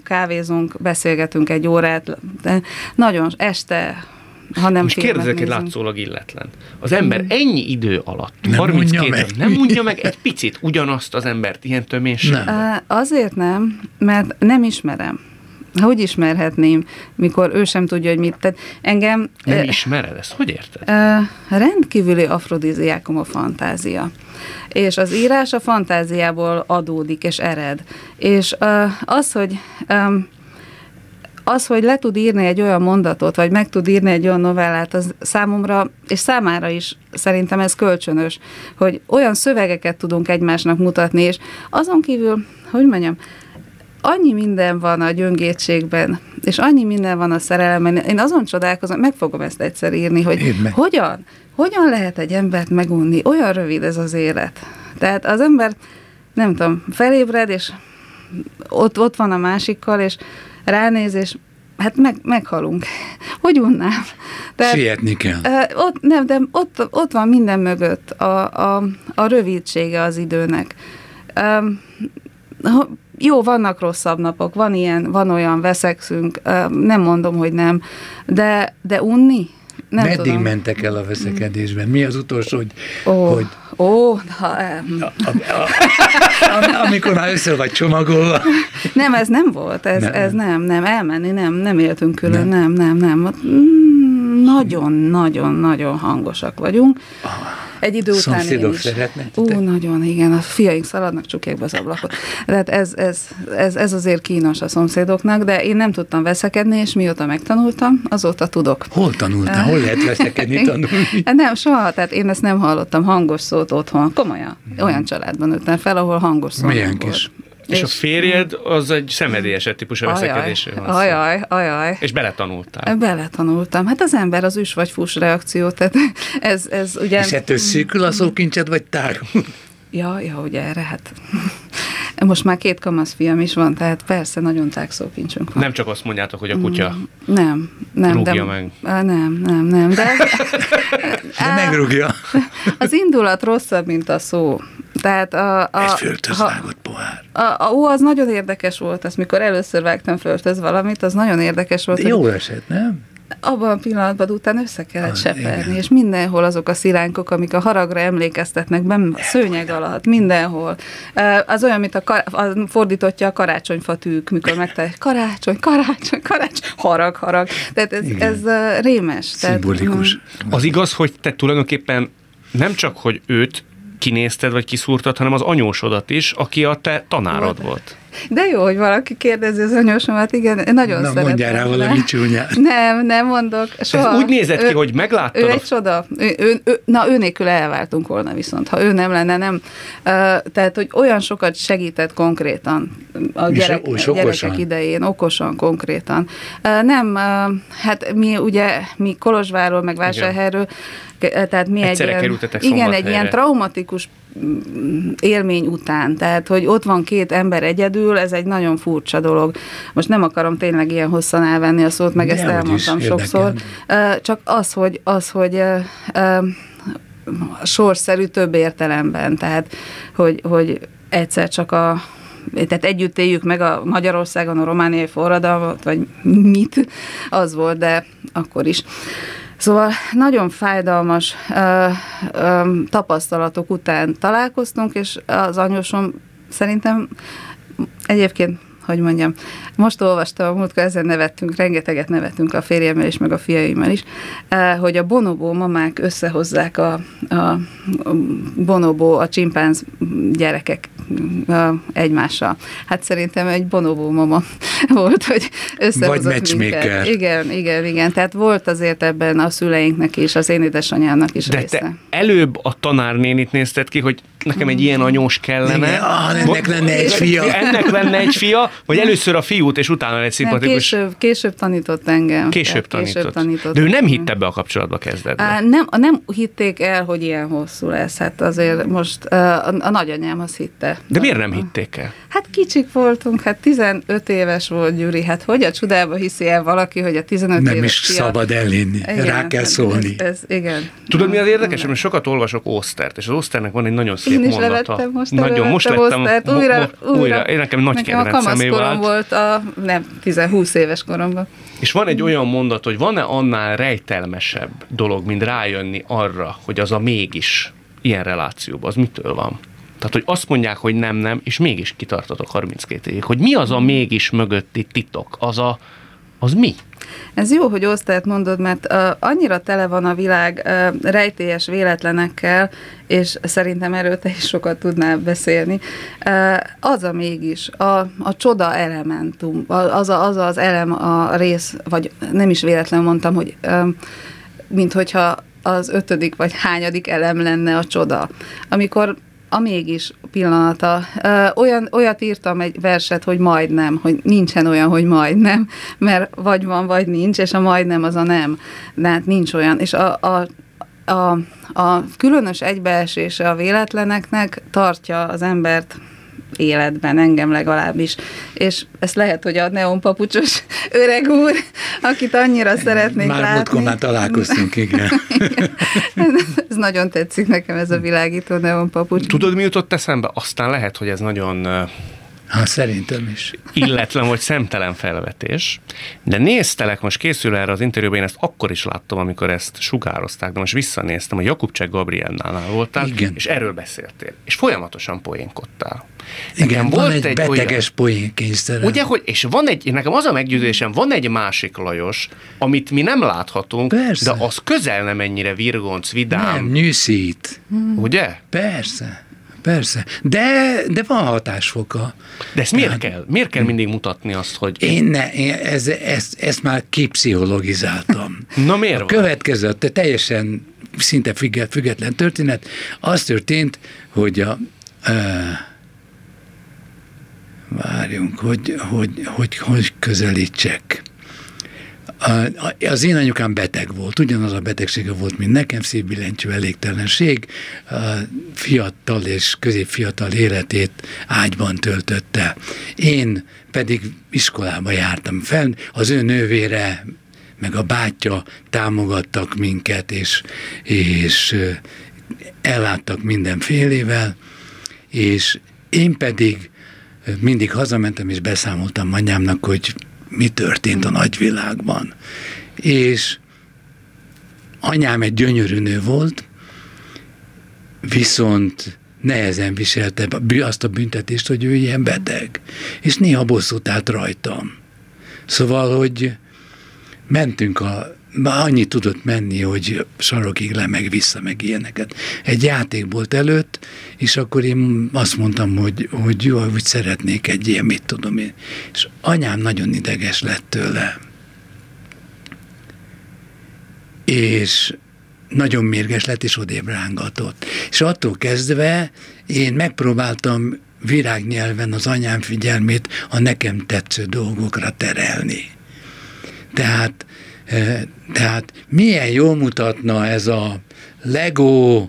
kávézunk, beszélgetünk egy órát, de nagyon este, ha nem most kérdezek egy látszólag illetlen. Az ember ennyi idő alatt, 32 nem mondja meg egy picit ugyanazt az embert ilyen töménységben? Azért nem, mert nem ismerem. Hogy ismerhetném, mikor ő sem tudja, hogy mit tett. Engem... Nem ismered ezt? Hogy érted? Rendkívüli afrodiziákum a fantázia. És az írás a fantáziából adódik és ered. És az, hogy le tud írni egy olyan mondatot, vagy meg tud írni egy olyan novellát, az számomra, és számára is szerintem ez kölcsönös, hogy olyan szövegeket tudunk egymásnak mutatni, és azon kívül, hogy mondjam, annyi minden van a gyöngétségben, és annyi minden van a szerelemben. Én azon csodálkozom, meg fogom ezt egyszer írni, hogy hogyan lehet egy embert megunni? Olyan rövid ez az élet. Tehát az ember, nem tudom, felébred, és ott van a másikkal, és ránéz, és hát meghalunk. Hogy unnám? Sietni kell. Ott van minden mögött a rövidsége az időnek. Jó, vannak rosszabb napok, van olyan, veszekszünk, nem mondom, hogy nem, de unni? Nem Meddig tudom. mentek el a veszekedésben? Mi az utolsó, amikor már össze vagy csomagolva? Nem, ez nem volt, ez nem, elmenni, nem éltünk külön, nem. Nagyon-nagyon-nagyon hangosak vagyunk. Egy idő után szomszédok is. szeretnek? Nagyon, igen, a fiaink szaladnak, csukják be az ablakot. Tehát ez azért kínos a szomszédoknak, de én nem tudtam veszekedni, és mióta megtanultam, azóta tudok. Hol tanultál? Hol lehet veszekedni, tanulni? Nem, soha, tehát én ezt nem hallottam, hangos szót otthon. Komolyan. Olyan családban nőttem fel, ahol hangos szó milyen kis. És a férjed az egy szenvedélyesebb típusú veszekedésről van szó. Ajaj. És beletanultál. Beletanultam. Hát az ember az üs vagy fus reakció, tehát ez ugye... És ettől szűkül a szókincsed, vagy tárul? Ja, ugye erre, hát... Most már 2 kamaszfiam is van, tehát persze nagyon tág szókincsünk van. Nem csak azt mondjátok, hogy a kutya nem, rúgja meg. Nem, de... De megrúgja. Az indulat rosszabb, mint a szó. Tehát egy földhözvágott pohár. Az nagyon érdekes volt, az mikor először vágtam földhöz valamit, az nagyon érdekes volt. De jó esett, nem? Abban a pillanatban után össze kellett seperni, és mindenhol azok a szilánkok, amik a haragra emlékeztetnek, a szőnyeg alatt, mindenhol. Az olyan, mint a fordítottja a karácsonyfatűk, mikor megtalálják karácsony, harag. Tehát ez rémes. Szimbolikus. Az igaz, hogy te tulajdonképpen nem csak, hogy őt kinézted, vagy kiszúrtad, hanem az anyósodat is, aki a te tanárod volt. De jó, hogy valaki kérdezi az anyósomat, igen, nagyon szeretem. Na, mondjál rá valami csúnyát. Nem mondok. Soha. Ez úgy nézett ki, hogy megláttad. Ő egy csoda. Ő nélkül elváltunk volna viszont, ha ő nem lenne, nem. Tehát, hogy olyan sokat segített konkrétan a gyerekek idején, okosan, konkrétan. Hát mi Kolozsvárról, meg Vásárhelyről, tehát mi egy ilyen traumatikus élmény után, tehát, hogy ott van 2 ember egyedül, ez egy nagyon furcsa dolog. Most nem akarom tényleg ilyen hosszan elvenni a szót, meg ezt elmondtam sokszor. Csak az, hogy sorszerű több értelemben, tehát, hogy egyszer csak tehát együtt éljük meg a Magyarországon a romániai forradalmat, vagy mit, az volt, de akkor is. Szóval nagyon fájdalmas tapasztalatok után találkoztunk, és az anyósom szerintem egyébként, hogy mondjam, most olvastam, a múltkor ezen nevettünk, rengeteget nevettünk a férjemmel is, meg a fiaimmel is, hogy a bonobó mamák összehozzák a bonobó, a csimpánz gyerekek egymással. Hát szerintem egy bonobó mama volt, hogy összehozott vagy matchmaker. Igen. Tehát volt azért ebben a szüleinknek is, az én édesanyámnak is de része. Te előbb a tanárnénit nézted ki, hogy nekem egy ilyen anyós kellene. Igen, ennek lenne egy fia. Ennek lenne egy fia, vagy először a fiút, és utána egy szimpatikus... Később tanított engem. Később tanított. De ő nem hitt ebbe a kapcsolatba kezdetben. Nem hitték el, hogy ilyen hosszú lesz. Hát azért most a nagyanyám azt hitte. De miért nem hitték el? Hát kicsik voltunk, hát 15 éves volt Gyuri. Hát hogy a csodába hiszi el valaki, hogy a 15 nem éves is szabad elhinni, rá kell szólni. Igen. Tudod, mi az érdekes? Mert sokat olvasok Ósztert, és az Ószternek van egy nagyon szép szép mondata. levettem most Nagyon, most lettem újra. Én nekem nagy kedvencemé vált. Volt a 10-20 éves koromban. És van egy olyan mondat, hogy van-e annál rejtelmesebb dolog, mint rájönni arra, hogy az a mégis ilyen relációban, az mitől van? Tehát, hogy azt mondják, hogy nem, és mégis kitartatok 32 évig. Hogy mi az a mégis mögötti titok? Az mi? Ez jó, hogy osztályt mondod, mert annyira tele van a világ rejtélyes véletlenekkel, és szerintem erről te is sokat tudnál beszélni. Az a mégis, a csoda elementum, az elem, a rész, vagy nem is véletlenül mondtam, hogy mint hogyha az 5. vagy hányadik elem lenne a csoda. Amikor a mégis pillanata. Olyat írtam egy verset, hogy majdnem, hogy nincsen olyan, hogy majdnem, mert vagy van, vagy nincs, és a majdnem az a nem. De hát nincs olyan. És a különös egybeesése a véletleneknek tartja az embert életben, engem legalábbis. És ezt lehet, hogy a neonpapucsos öreg úr, akit annyira szeretnék látni. Már múltkor már találkoztunk, igen. Ez nagyon tetszik nekem, ez a világító neonpapucs. Tudod, mi jutott eszembe? Aztán lehet, hogy ez nagyon... Szerintem is. Illetlen vagy szemtelen felvetés. De néztelek, most készül erre az interjúban, én ezt akkor is láttam, amikor ezt sugározták, de most visszanéztem, hogy Jakubcsák Gabriellánál voltál, igen. És erről beszéltél. És folyamatosan poénkodtál. Igen, van egy beteges poénkényszerem. Ugye, és van nekem az a meggyőződésem, van egy másik Lajos, amit mi nem láthatunk, persze. De az közel nem ennyire virgonc, vidám. Nem, nyűszít. Ugye? Persze. De van hatásfoka. De ezt miért kell? Miért kell mindig mutatni azt, hogy... Én ezt már kipszichologizáltam. Na miért van? Következő, teljesen szinte független történet. Az történt, hogy várjunk, hogy közelítsek. Az én anyukám beteg volt, ugyanaz a betegsége volt, mint nekem, szívbillentyű elégtelenség, fiatal és középfiatal életét ágyban töltötte. Én pedig iskolába jártam fel, az ő nővére meg a bátyja támogattak minket, és elláttak mindenfélével, és én pedig mindig hazamentem, és beszámoltam anyámnak, hogy mi történt a nagyvilágban. És anyám egy gyönyörű nő volt, viszont nehezen viselte azt a büntetést, hogy ő ilyen beteg. És néha bosszút állt rajtam. Szóval, hogy mentünk már annyit tudott menni, hogy sarokig le, meg vissza, meg ilyeneket. Egy játékbolt előtt, és akkor én azt mondtam, hogy jó, hogy szeretnék egy ilyen, mit tudom én. És anyám nagyon ideges lett tőle. És nagyon mérges lett, és odébb rángatott. És attól kezdve én megpróbáltam virágnyelven az anyám figyelmét a nekem tetsző dolgokra terelni. Tehát milyen jól mutatna ez a Lego,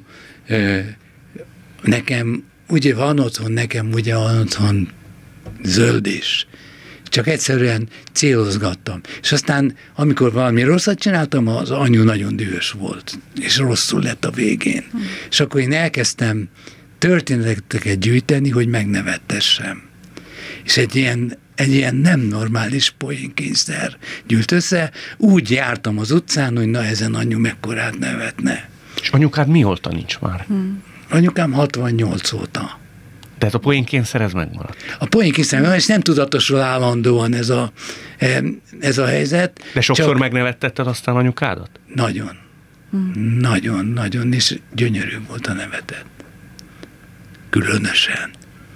nekem ugye van otthon zöld is. Csak egyszerűen célozgattam. És aztán, amikor valami rosszat csináltam, az anyu nagyon dühös volt, és rosszul lett a végén. És akkor én elkezdtem történeteket gyűjteni, hogy megnevettessem. És egy ilyen nem normális poénkényszer gyűlt össze. Úgy jártam az utcán, hogy na ezen anyu mekkorát nevetne. És anyukád mióta nincs már? Anyukám 68 óta. Tehát a poénkényszer ez megmaradt? A poénkényszer, és nem tudatosul állandóan ez a helyzet. De sokszor megnevettetted aztán anyukádat? Nagyon. Nagyon, és gyönyörű volt a nevetet. Különösen.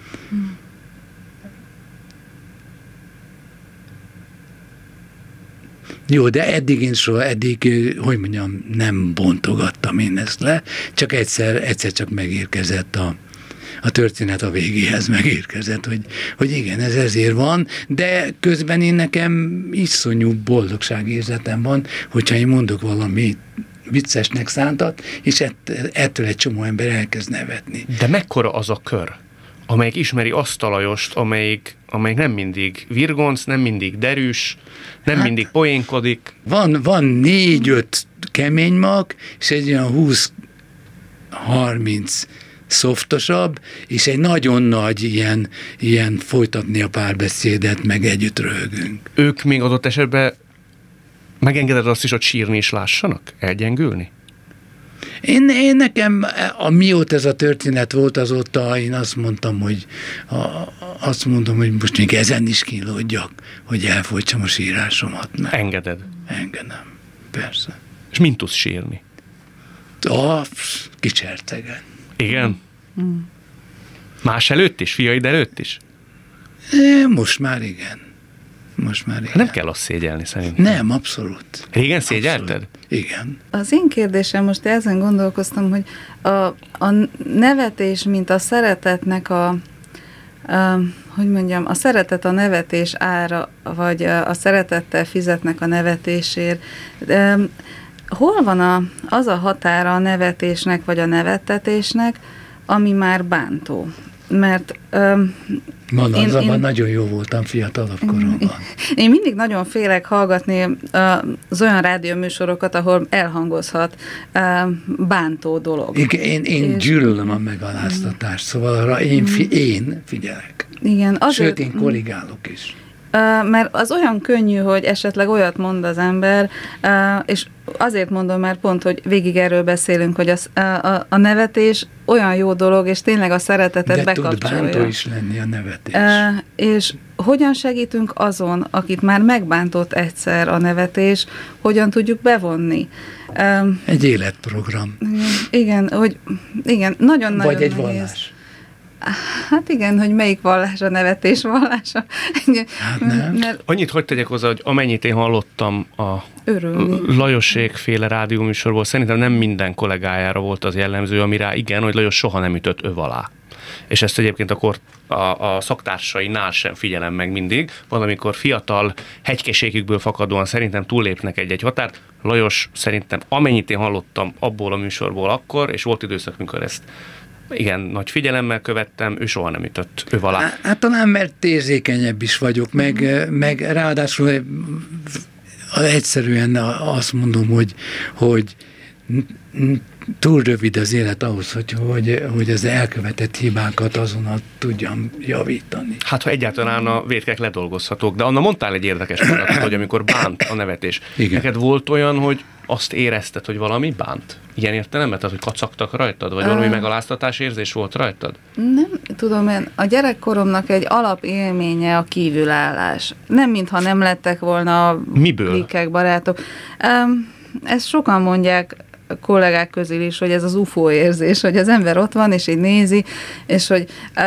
Jó, de eddig, hogy mondjam, nem bontogattam én ezt le, csak egyszer csak megérkezett a történet a végéhez megérkezett, hogy igen, ez ezért van, de közben én nekem iszonyú boldogságérzetem van, hogyha én mondok valami viccesnek szántat, és ettől egy csomó ember elkezd nevetni. De mekkora az a kör, amelyik ismeri azt a Lajost, amelyik nem mindig virgonc, nem mindig derűs, nem mindig poénkodik? Van 4-5 kemény mag, és egy olyan 20-30 szoftosabb, és egy nagyon nagy ilyen folytatni a párbeszédet, meg együtt röhögünk. Ők még adott esetben megengeded azt is, hogy sírni is lássanak? Elgyengülni? Én nekem, mióta ez a történet volt, azóta én azt mondtam, hogy most még ezen is kínlódjak, hogy elfolytsam a sírásomat. Engeded? Engedem, persze. És mint tudsz sírni? Kicsertegen. Igen? Más előtt is? Fiaid előtt is? Most már igen. Nem kell azt szégyelni szerintem. Nem, abszolút. Régen szégyelted? Abszolút. Igen. Az én kérdésem, most ezen gondolkoztam, hogy a nevetés, mint a szeretetnek a szeretet a nevetés ára, vagy a szeretettel fizetnek a nevetésért. Hol van az a határa a nevetésnek, vagy a nevettetésnek, ami már bántó? Mert Abban nagyon jó voltam fiatalabb koromban. Én mindig nagyon félek hallgatni az olyan rádióműsorokat, ahol elhangozhat bántó dolog. Én gyűlölöm a megaláztatást, szóval arra én figyelek. Igen, sőt, én korrigálok is. Mert az olyan könnyű, hogy esetleg olyat mond az ember, és azért mondom már pont, hogy végig erről beszélünk, hogy a nevetés olyan jó dolog, és tényleg a szeretetet bekapcsolja. De tud bántó is lenni a nevetés. És hogyan segítünk azon, akit már megbántott egyszer a nevetés, hogyan tudjuk bevonni? Egy életprogram. Igen, nagyon-nagyon vagy egy nehéz. vallás. Hát igen, hogy melyik vallás a nevetés vallása. Hát nem. Annyit hogy tegyek hozzá, hogy amennyit én hallottam a Lajosék-féle rádióműsorból, szerintem nem minden kollégájára volt az jellemző, ami rá igen, hogy Lajos soha nem ütött öv alá. És ezt egyébként akkor a szaktársainál sem figyelem meg mindig. Valamikor fiatal hegykeségükből fakadóan szerintem túllépnek egy-egy határt. Lajos szerintem amennyit én hallottam abból a műsorból akkor, és volt időszak, mikor ezt igen, nagy figyelemmel követtem, ő soha nem ütött öv alá. Hát talán mert érzékenyebb is vagyok, meg ráadásul egyszerűen azt mondom, hogy túl rövid az élet ahhoz, hogy az elkövetett hibákat azonnal tudjam javítani. Hát, ha egyáltalán a vétkek ledolgozhatók, de Anna, mondtál egy érdekes mondatot, hogy amikor bánt a nevetés. Igen. Neked volt olyan, hogy azt érezted, hogy valami bánt? Ilyen értelemben? Tehát, hogy kacagtak rajtad? Vagy valami megaláztatás érzés volt rajtad? Nem tudom, én a gyerekkoromnak egy alapélménye a kívülállás. Nem, mintha nem lettek volna klikek, barátok. Ezt sokan mondják kollégák közül is, hogy ez az UFO érzés, hogy az ember ott van, és így nézi, és hogy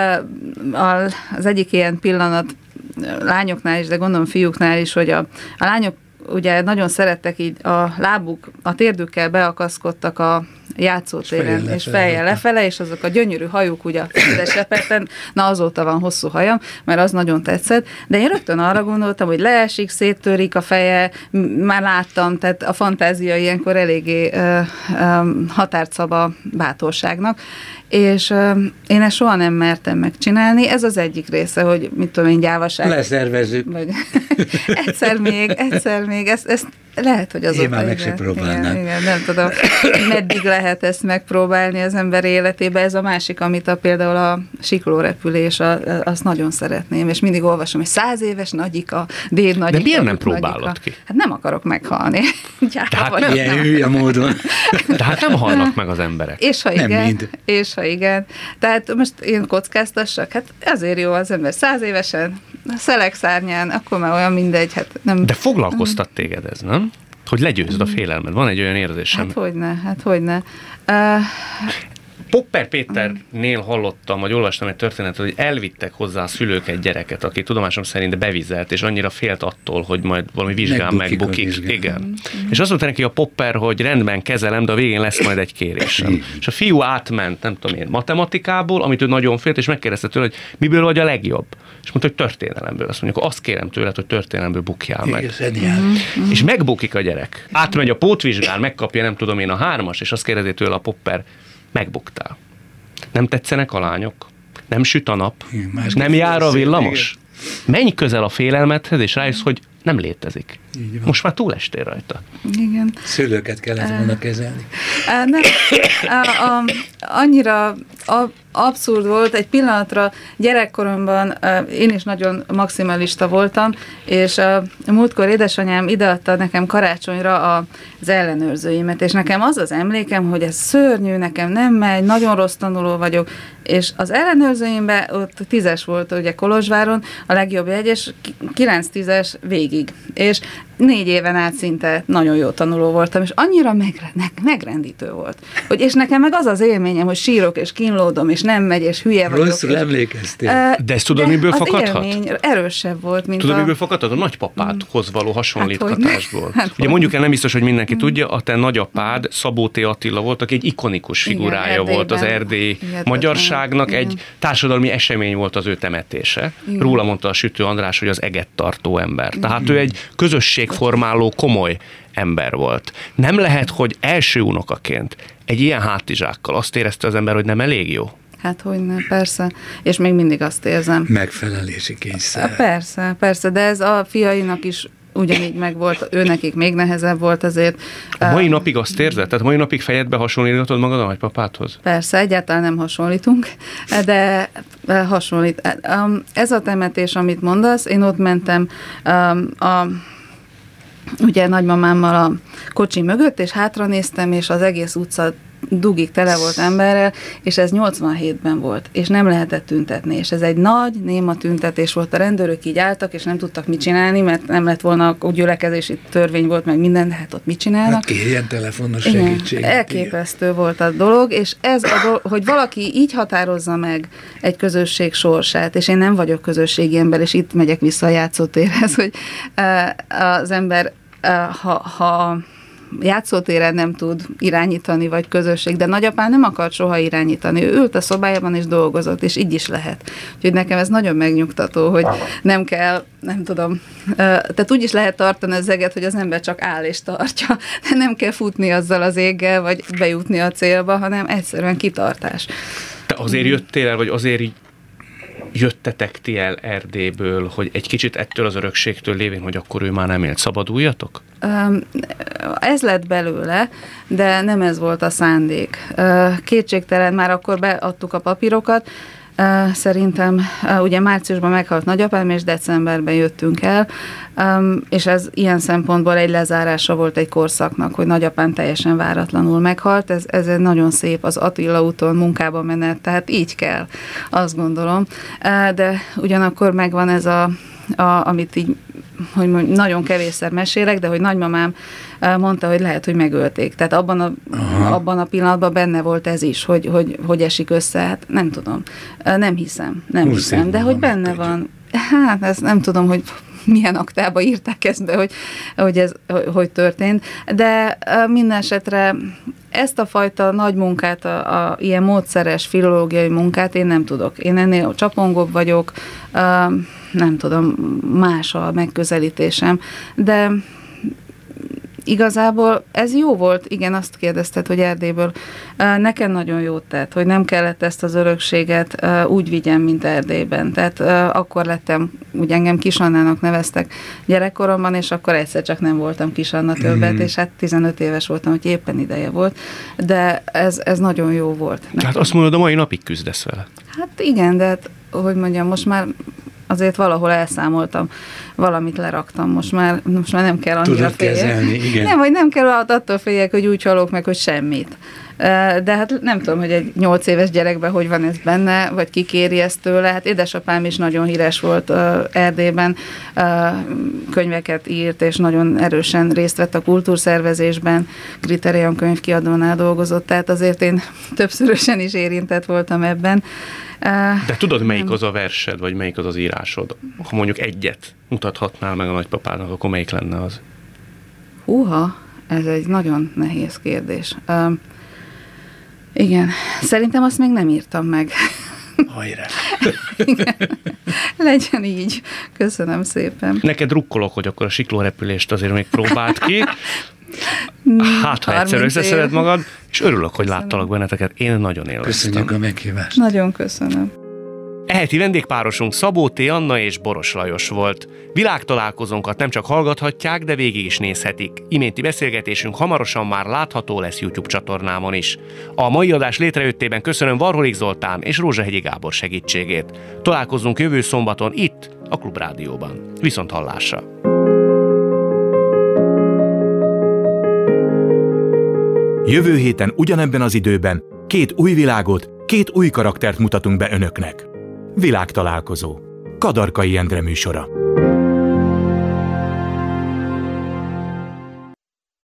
az egyik ilyen pillanat lányoknál is, de gondolom fiúknál is, hogy a lányok ugye nagyon szerettek így a térdükkel beakaszkodtak a játszótéren, és fejjel lefele, és azok a gyönyörű hajuk ugye a fedesepeten, na azóta van hosszú hajam, mert az nagyon tetszett, de én rögtön arra gondoltam, hogy leesik, széttörik a feje, már láttam, tehát a fantázia ilyenkor eléggé határt szab a bátorságnak, és én ezt soha nem mertem megcsinálni, ez az egyik része, hogy mit tudom én, gyávaság. Leszervezzük. egyszer még, ezt lehet, hogy azóta... Én már meg sem próbálnám. Igen, nem tudom, meddig lehet ezt megpróbálni az ember életébe. Ez a másik, amit például a siklórepülés, azt nagyon szeretném, és mindig olvasom, hogy 100 éves nagyika, dédnagyika. De miért nem próbálod ki? Hát nem akarok meghalni. Ilyen hülye módon. De hát nem halnak meg az emberek. És ha igen. Tehát most én kockáztassak, hát azért jó az ember 100 évesen, szelekszárnyán, akkor már olyan mindegy. Hát nem. De foglalkoztat téged ez, nem? Hogy legyőzd a félelmed. Van egy olyan érzésem. Hát hogyne. Popper Péternél hallottam, vagy olvastam egy történetet, hogy elvittek hozzá a szülők egy gyereket, aki tudomásom szerint bevizelt, és annyira félt attól, hogy majd valami vizsgán megbukik. Igen. És azt mondta neki a Popper, hogy rendben kezelem, de a végén lesz majd egy kérésem. És a fiú átment, nem tudom én, matematikából, amit ő nagyon félt, és megkérdezte tőle, hogy miből vagy a legjobb. És mondta, hogy történelemből. Azt mondjuk, azt kérem tőled, hogy történelemből bukjál meg. És megbukik a gyerek. Átmegy a pótvizsgán, megkapja, nem tudom én, a 3-as, és azt kérdezi tőle a Popper, megbuktál. Nem tetszenek a lányok? Nem süt a nap? Nem jár a villamos? Menj közel a félelmedhez, és rájössz, hogy nem létezik. Most már túlestél rajta. Igen. Szülőket kellett volna kezelni. Nem. Annyira abszurd volt. Egy pillanatra gyerekkoromban én is nagyon maximalista voltam, és múltkor édesanyám ideadta nekem karácsonyra az ellenőrzőimet, és nekem az az emlékem, hogy ez szörnyű, nekem nem megy, nagyon rossz tanuló vagyok, és az ellenőrzőimben ott 10-es volt ugye Kolozsváron, a legjobb jegy, és 9-10-es végig. És 4 éven át szinte nagyon jó tanuló voltam, és annyira megrendítő volt. És nekem meg az az élményem, hogy sírok, és kínlódom, és nem megy, és hülye vagyok. Rosszul emlékeztél. De ezt tudod, miből fakadhat? Az élmény erősebb volt, mint Tudod, miből fakadhat? A nagypapádhoz való hasonlítgatásból. Ugye mondjuk el, nem biztos, hogy mindenki tudja, a te nagyapád Szabó T. Attila volt, aki egy ikonikus figurája volt az erdélyi magyarságnak, egy társadalmi esemény volt az ő temetése. Igen. Róla mondta a Sütő András, hogy az eget tartó ember. Tehát ő egy közösségformáló, komoly ember volt. Nem lehet, hogy első unokaként egy ilyen hátizsákkal azt érezte az ember, hogy nem elég jó? Hát hogyne, persze. És még mindig azt érzem. Megfelelési kényszer. Persze, de ez a fiainak is ugyanígy megvolt, őnekik még nehezebb volt azért. A mai napig azt érzed? Tehát mai napig fejedbe hasonlítod magad a nagypapádhoz? Persze, egyáltalán nem hasonlítunk, de hasonlít. Ez a temetés, amit mondasz, én ott mentem ugye nagymamámmal a kocsi mögött, és hátra néztem, és az egész utca dugig tele volt emberrel, és ez 87-ben volt, és nem lehetett tüntetni, és ez egy nagy, néma tüntetés volt, a rendőrök így álltak, és nem tudtak mit csinálni, mert nem lett volna, a gyülekezési törvény volt, meg minden, de hát ott mit csinálnak. Hát kérjen telefonos segítséget. Elképesztő volt a dolog, és ez hogy valaki így határozza meg egy közösség sorsát, és én nem vagyok közösségi ember, és itt megyek vissza a játszótérhez, hogy az ember, ha játszótéren nem tud irányítani, vagy közösség, de nagyapám nem akart soha irányítani. Ő ült a szobájában és dolgozott, és így is lehet. Úgyhogy nekem ez nagyon megnyugtató, hogy nem kell, nem tudom, tehát úgy is lehet tartani az eget, hogy az ember csak áll és tartja. Nem kell futni azzal az éggel, vagy bejutni a célba, hanem egyszerűen kitartás. Te azért jöttél el, vagy azért jöttetek ti el Erdélyből, hogy egy kicsit ettől az örökségtől lévén, hogy akkor ő már nem élt, szabaduljatok? Ez lett belőle, de nem ez volt a szándék. Kétségtelen, már akkor beadtuk a papírokat, szerintem ugye márciusban meghalt nagyapám, és decemberben jöttünk el, és ez ilyen szempontból egy lezárása volt egy korszaknak, hogy nagyapám teljesen váratlanul meghalt. Ez nagyon szép, az Attila úton munkába menet, tehát így kell, azt gondolom. De ugyanakkor megvan ez amit így, hogy nagyon kevésszer mesélek, de hogy nagymamám mondta, hogy lehet, hogy megölték. Tehát abban a pillanatban benne volt ez is, hogy esik össze. Hát nem tudom. Nem hiszem. De hogy benne van. Hát ezt nem tudom, hogy milyen aktába írták ezt be, hogy történt. De minden esetre ezt a fajta nagy munkát, a ilyen módszeres filológiai munkát én nem tudok. Én ennél csapongóbb vagyok, nem tudom, más a megközelítésem, de igazából ez jó volt, igen, azt kérdezted, hogy Erdélyből. Nekem nagyon jót tett, hogy nem kellett ezt az örökséget úgy vigyem, mint Erdélyben. Tehát akkor lettem, ugye engem Kis Annának neveztek gyerekkoromban, és akkor egyszer csak nem voltam Kis Anna többet, és hát 15 éves voltam, hogy éppen ideje volt. De ez nagyon jó volt. Tehát azt mondod, a mai napig küzdesz vele? Hát igen, de hát, hogy mondjam, most már azért valahol elszámoltam, valamit leraktam, most már nem kell annyira féljek. Nem, hogy nem kell attól féljek, hogy úgy halok meg, hogy semmit. De hát nem tudom, hogy egy 8 éves gyerekben hogy van ez benne, vagy ki kéri ezt tőle. Hát édesapám is nagyon híres volt Erdélyben, könyveket írt, és nagyon erősen részt vett a kultúrszervezésben, Kriterion könyvkiadónál dolgozott, tehát azért én többszörösen is érintett voltam ebben. De tudod, melyik az a versed, vagy melyik az az írásod? Ha mondjuk egyet mutathatnál meg a nagypapádnak, akkor melyik lenne az? Húha, ez egy nagyon nehéz kérdés. Igen, szerintem azt még nem írtam meg. Hajrá! Igen. Legyen így. Köszönöm szépen. Neked drukkolok, hogy akkor a siklórepülést azért még próbáld ki. Hát, ha egyszer összeszeded magad, és örülök, hogy láttalak benneteket. Én nagyon élveztem. Köszönjük a meghívást. Nagyon köszönöm. Eheti vendégpárosunk Szabó T. Anna és Boros Lajos volt. Világtalálkozónkat nem csak hallgathatják, de végig is nézhetik. Iménti beszélgetésünk hamarosan már látható lesz YouTube csatornámon is. A mai adás létrejöttében köszönöm Varholik Zoltán és Rózsahegyi Gábor segítségét. Találkozzunk jövő szombaton itt, a Klubrádióban. Viszont hallásra! Jövő héten ugyanebben az időben 2 új világot, 2 új karaktert mutatunk be önöknek. Világtalálkozó. Kadarkai Endre műsora.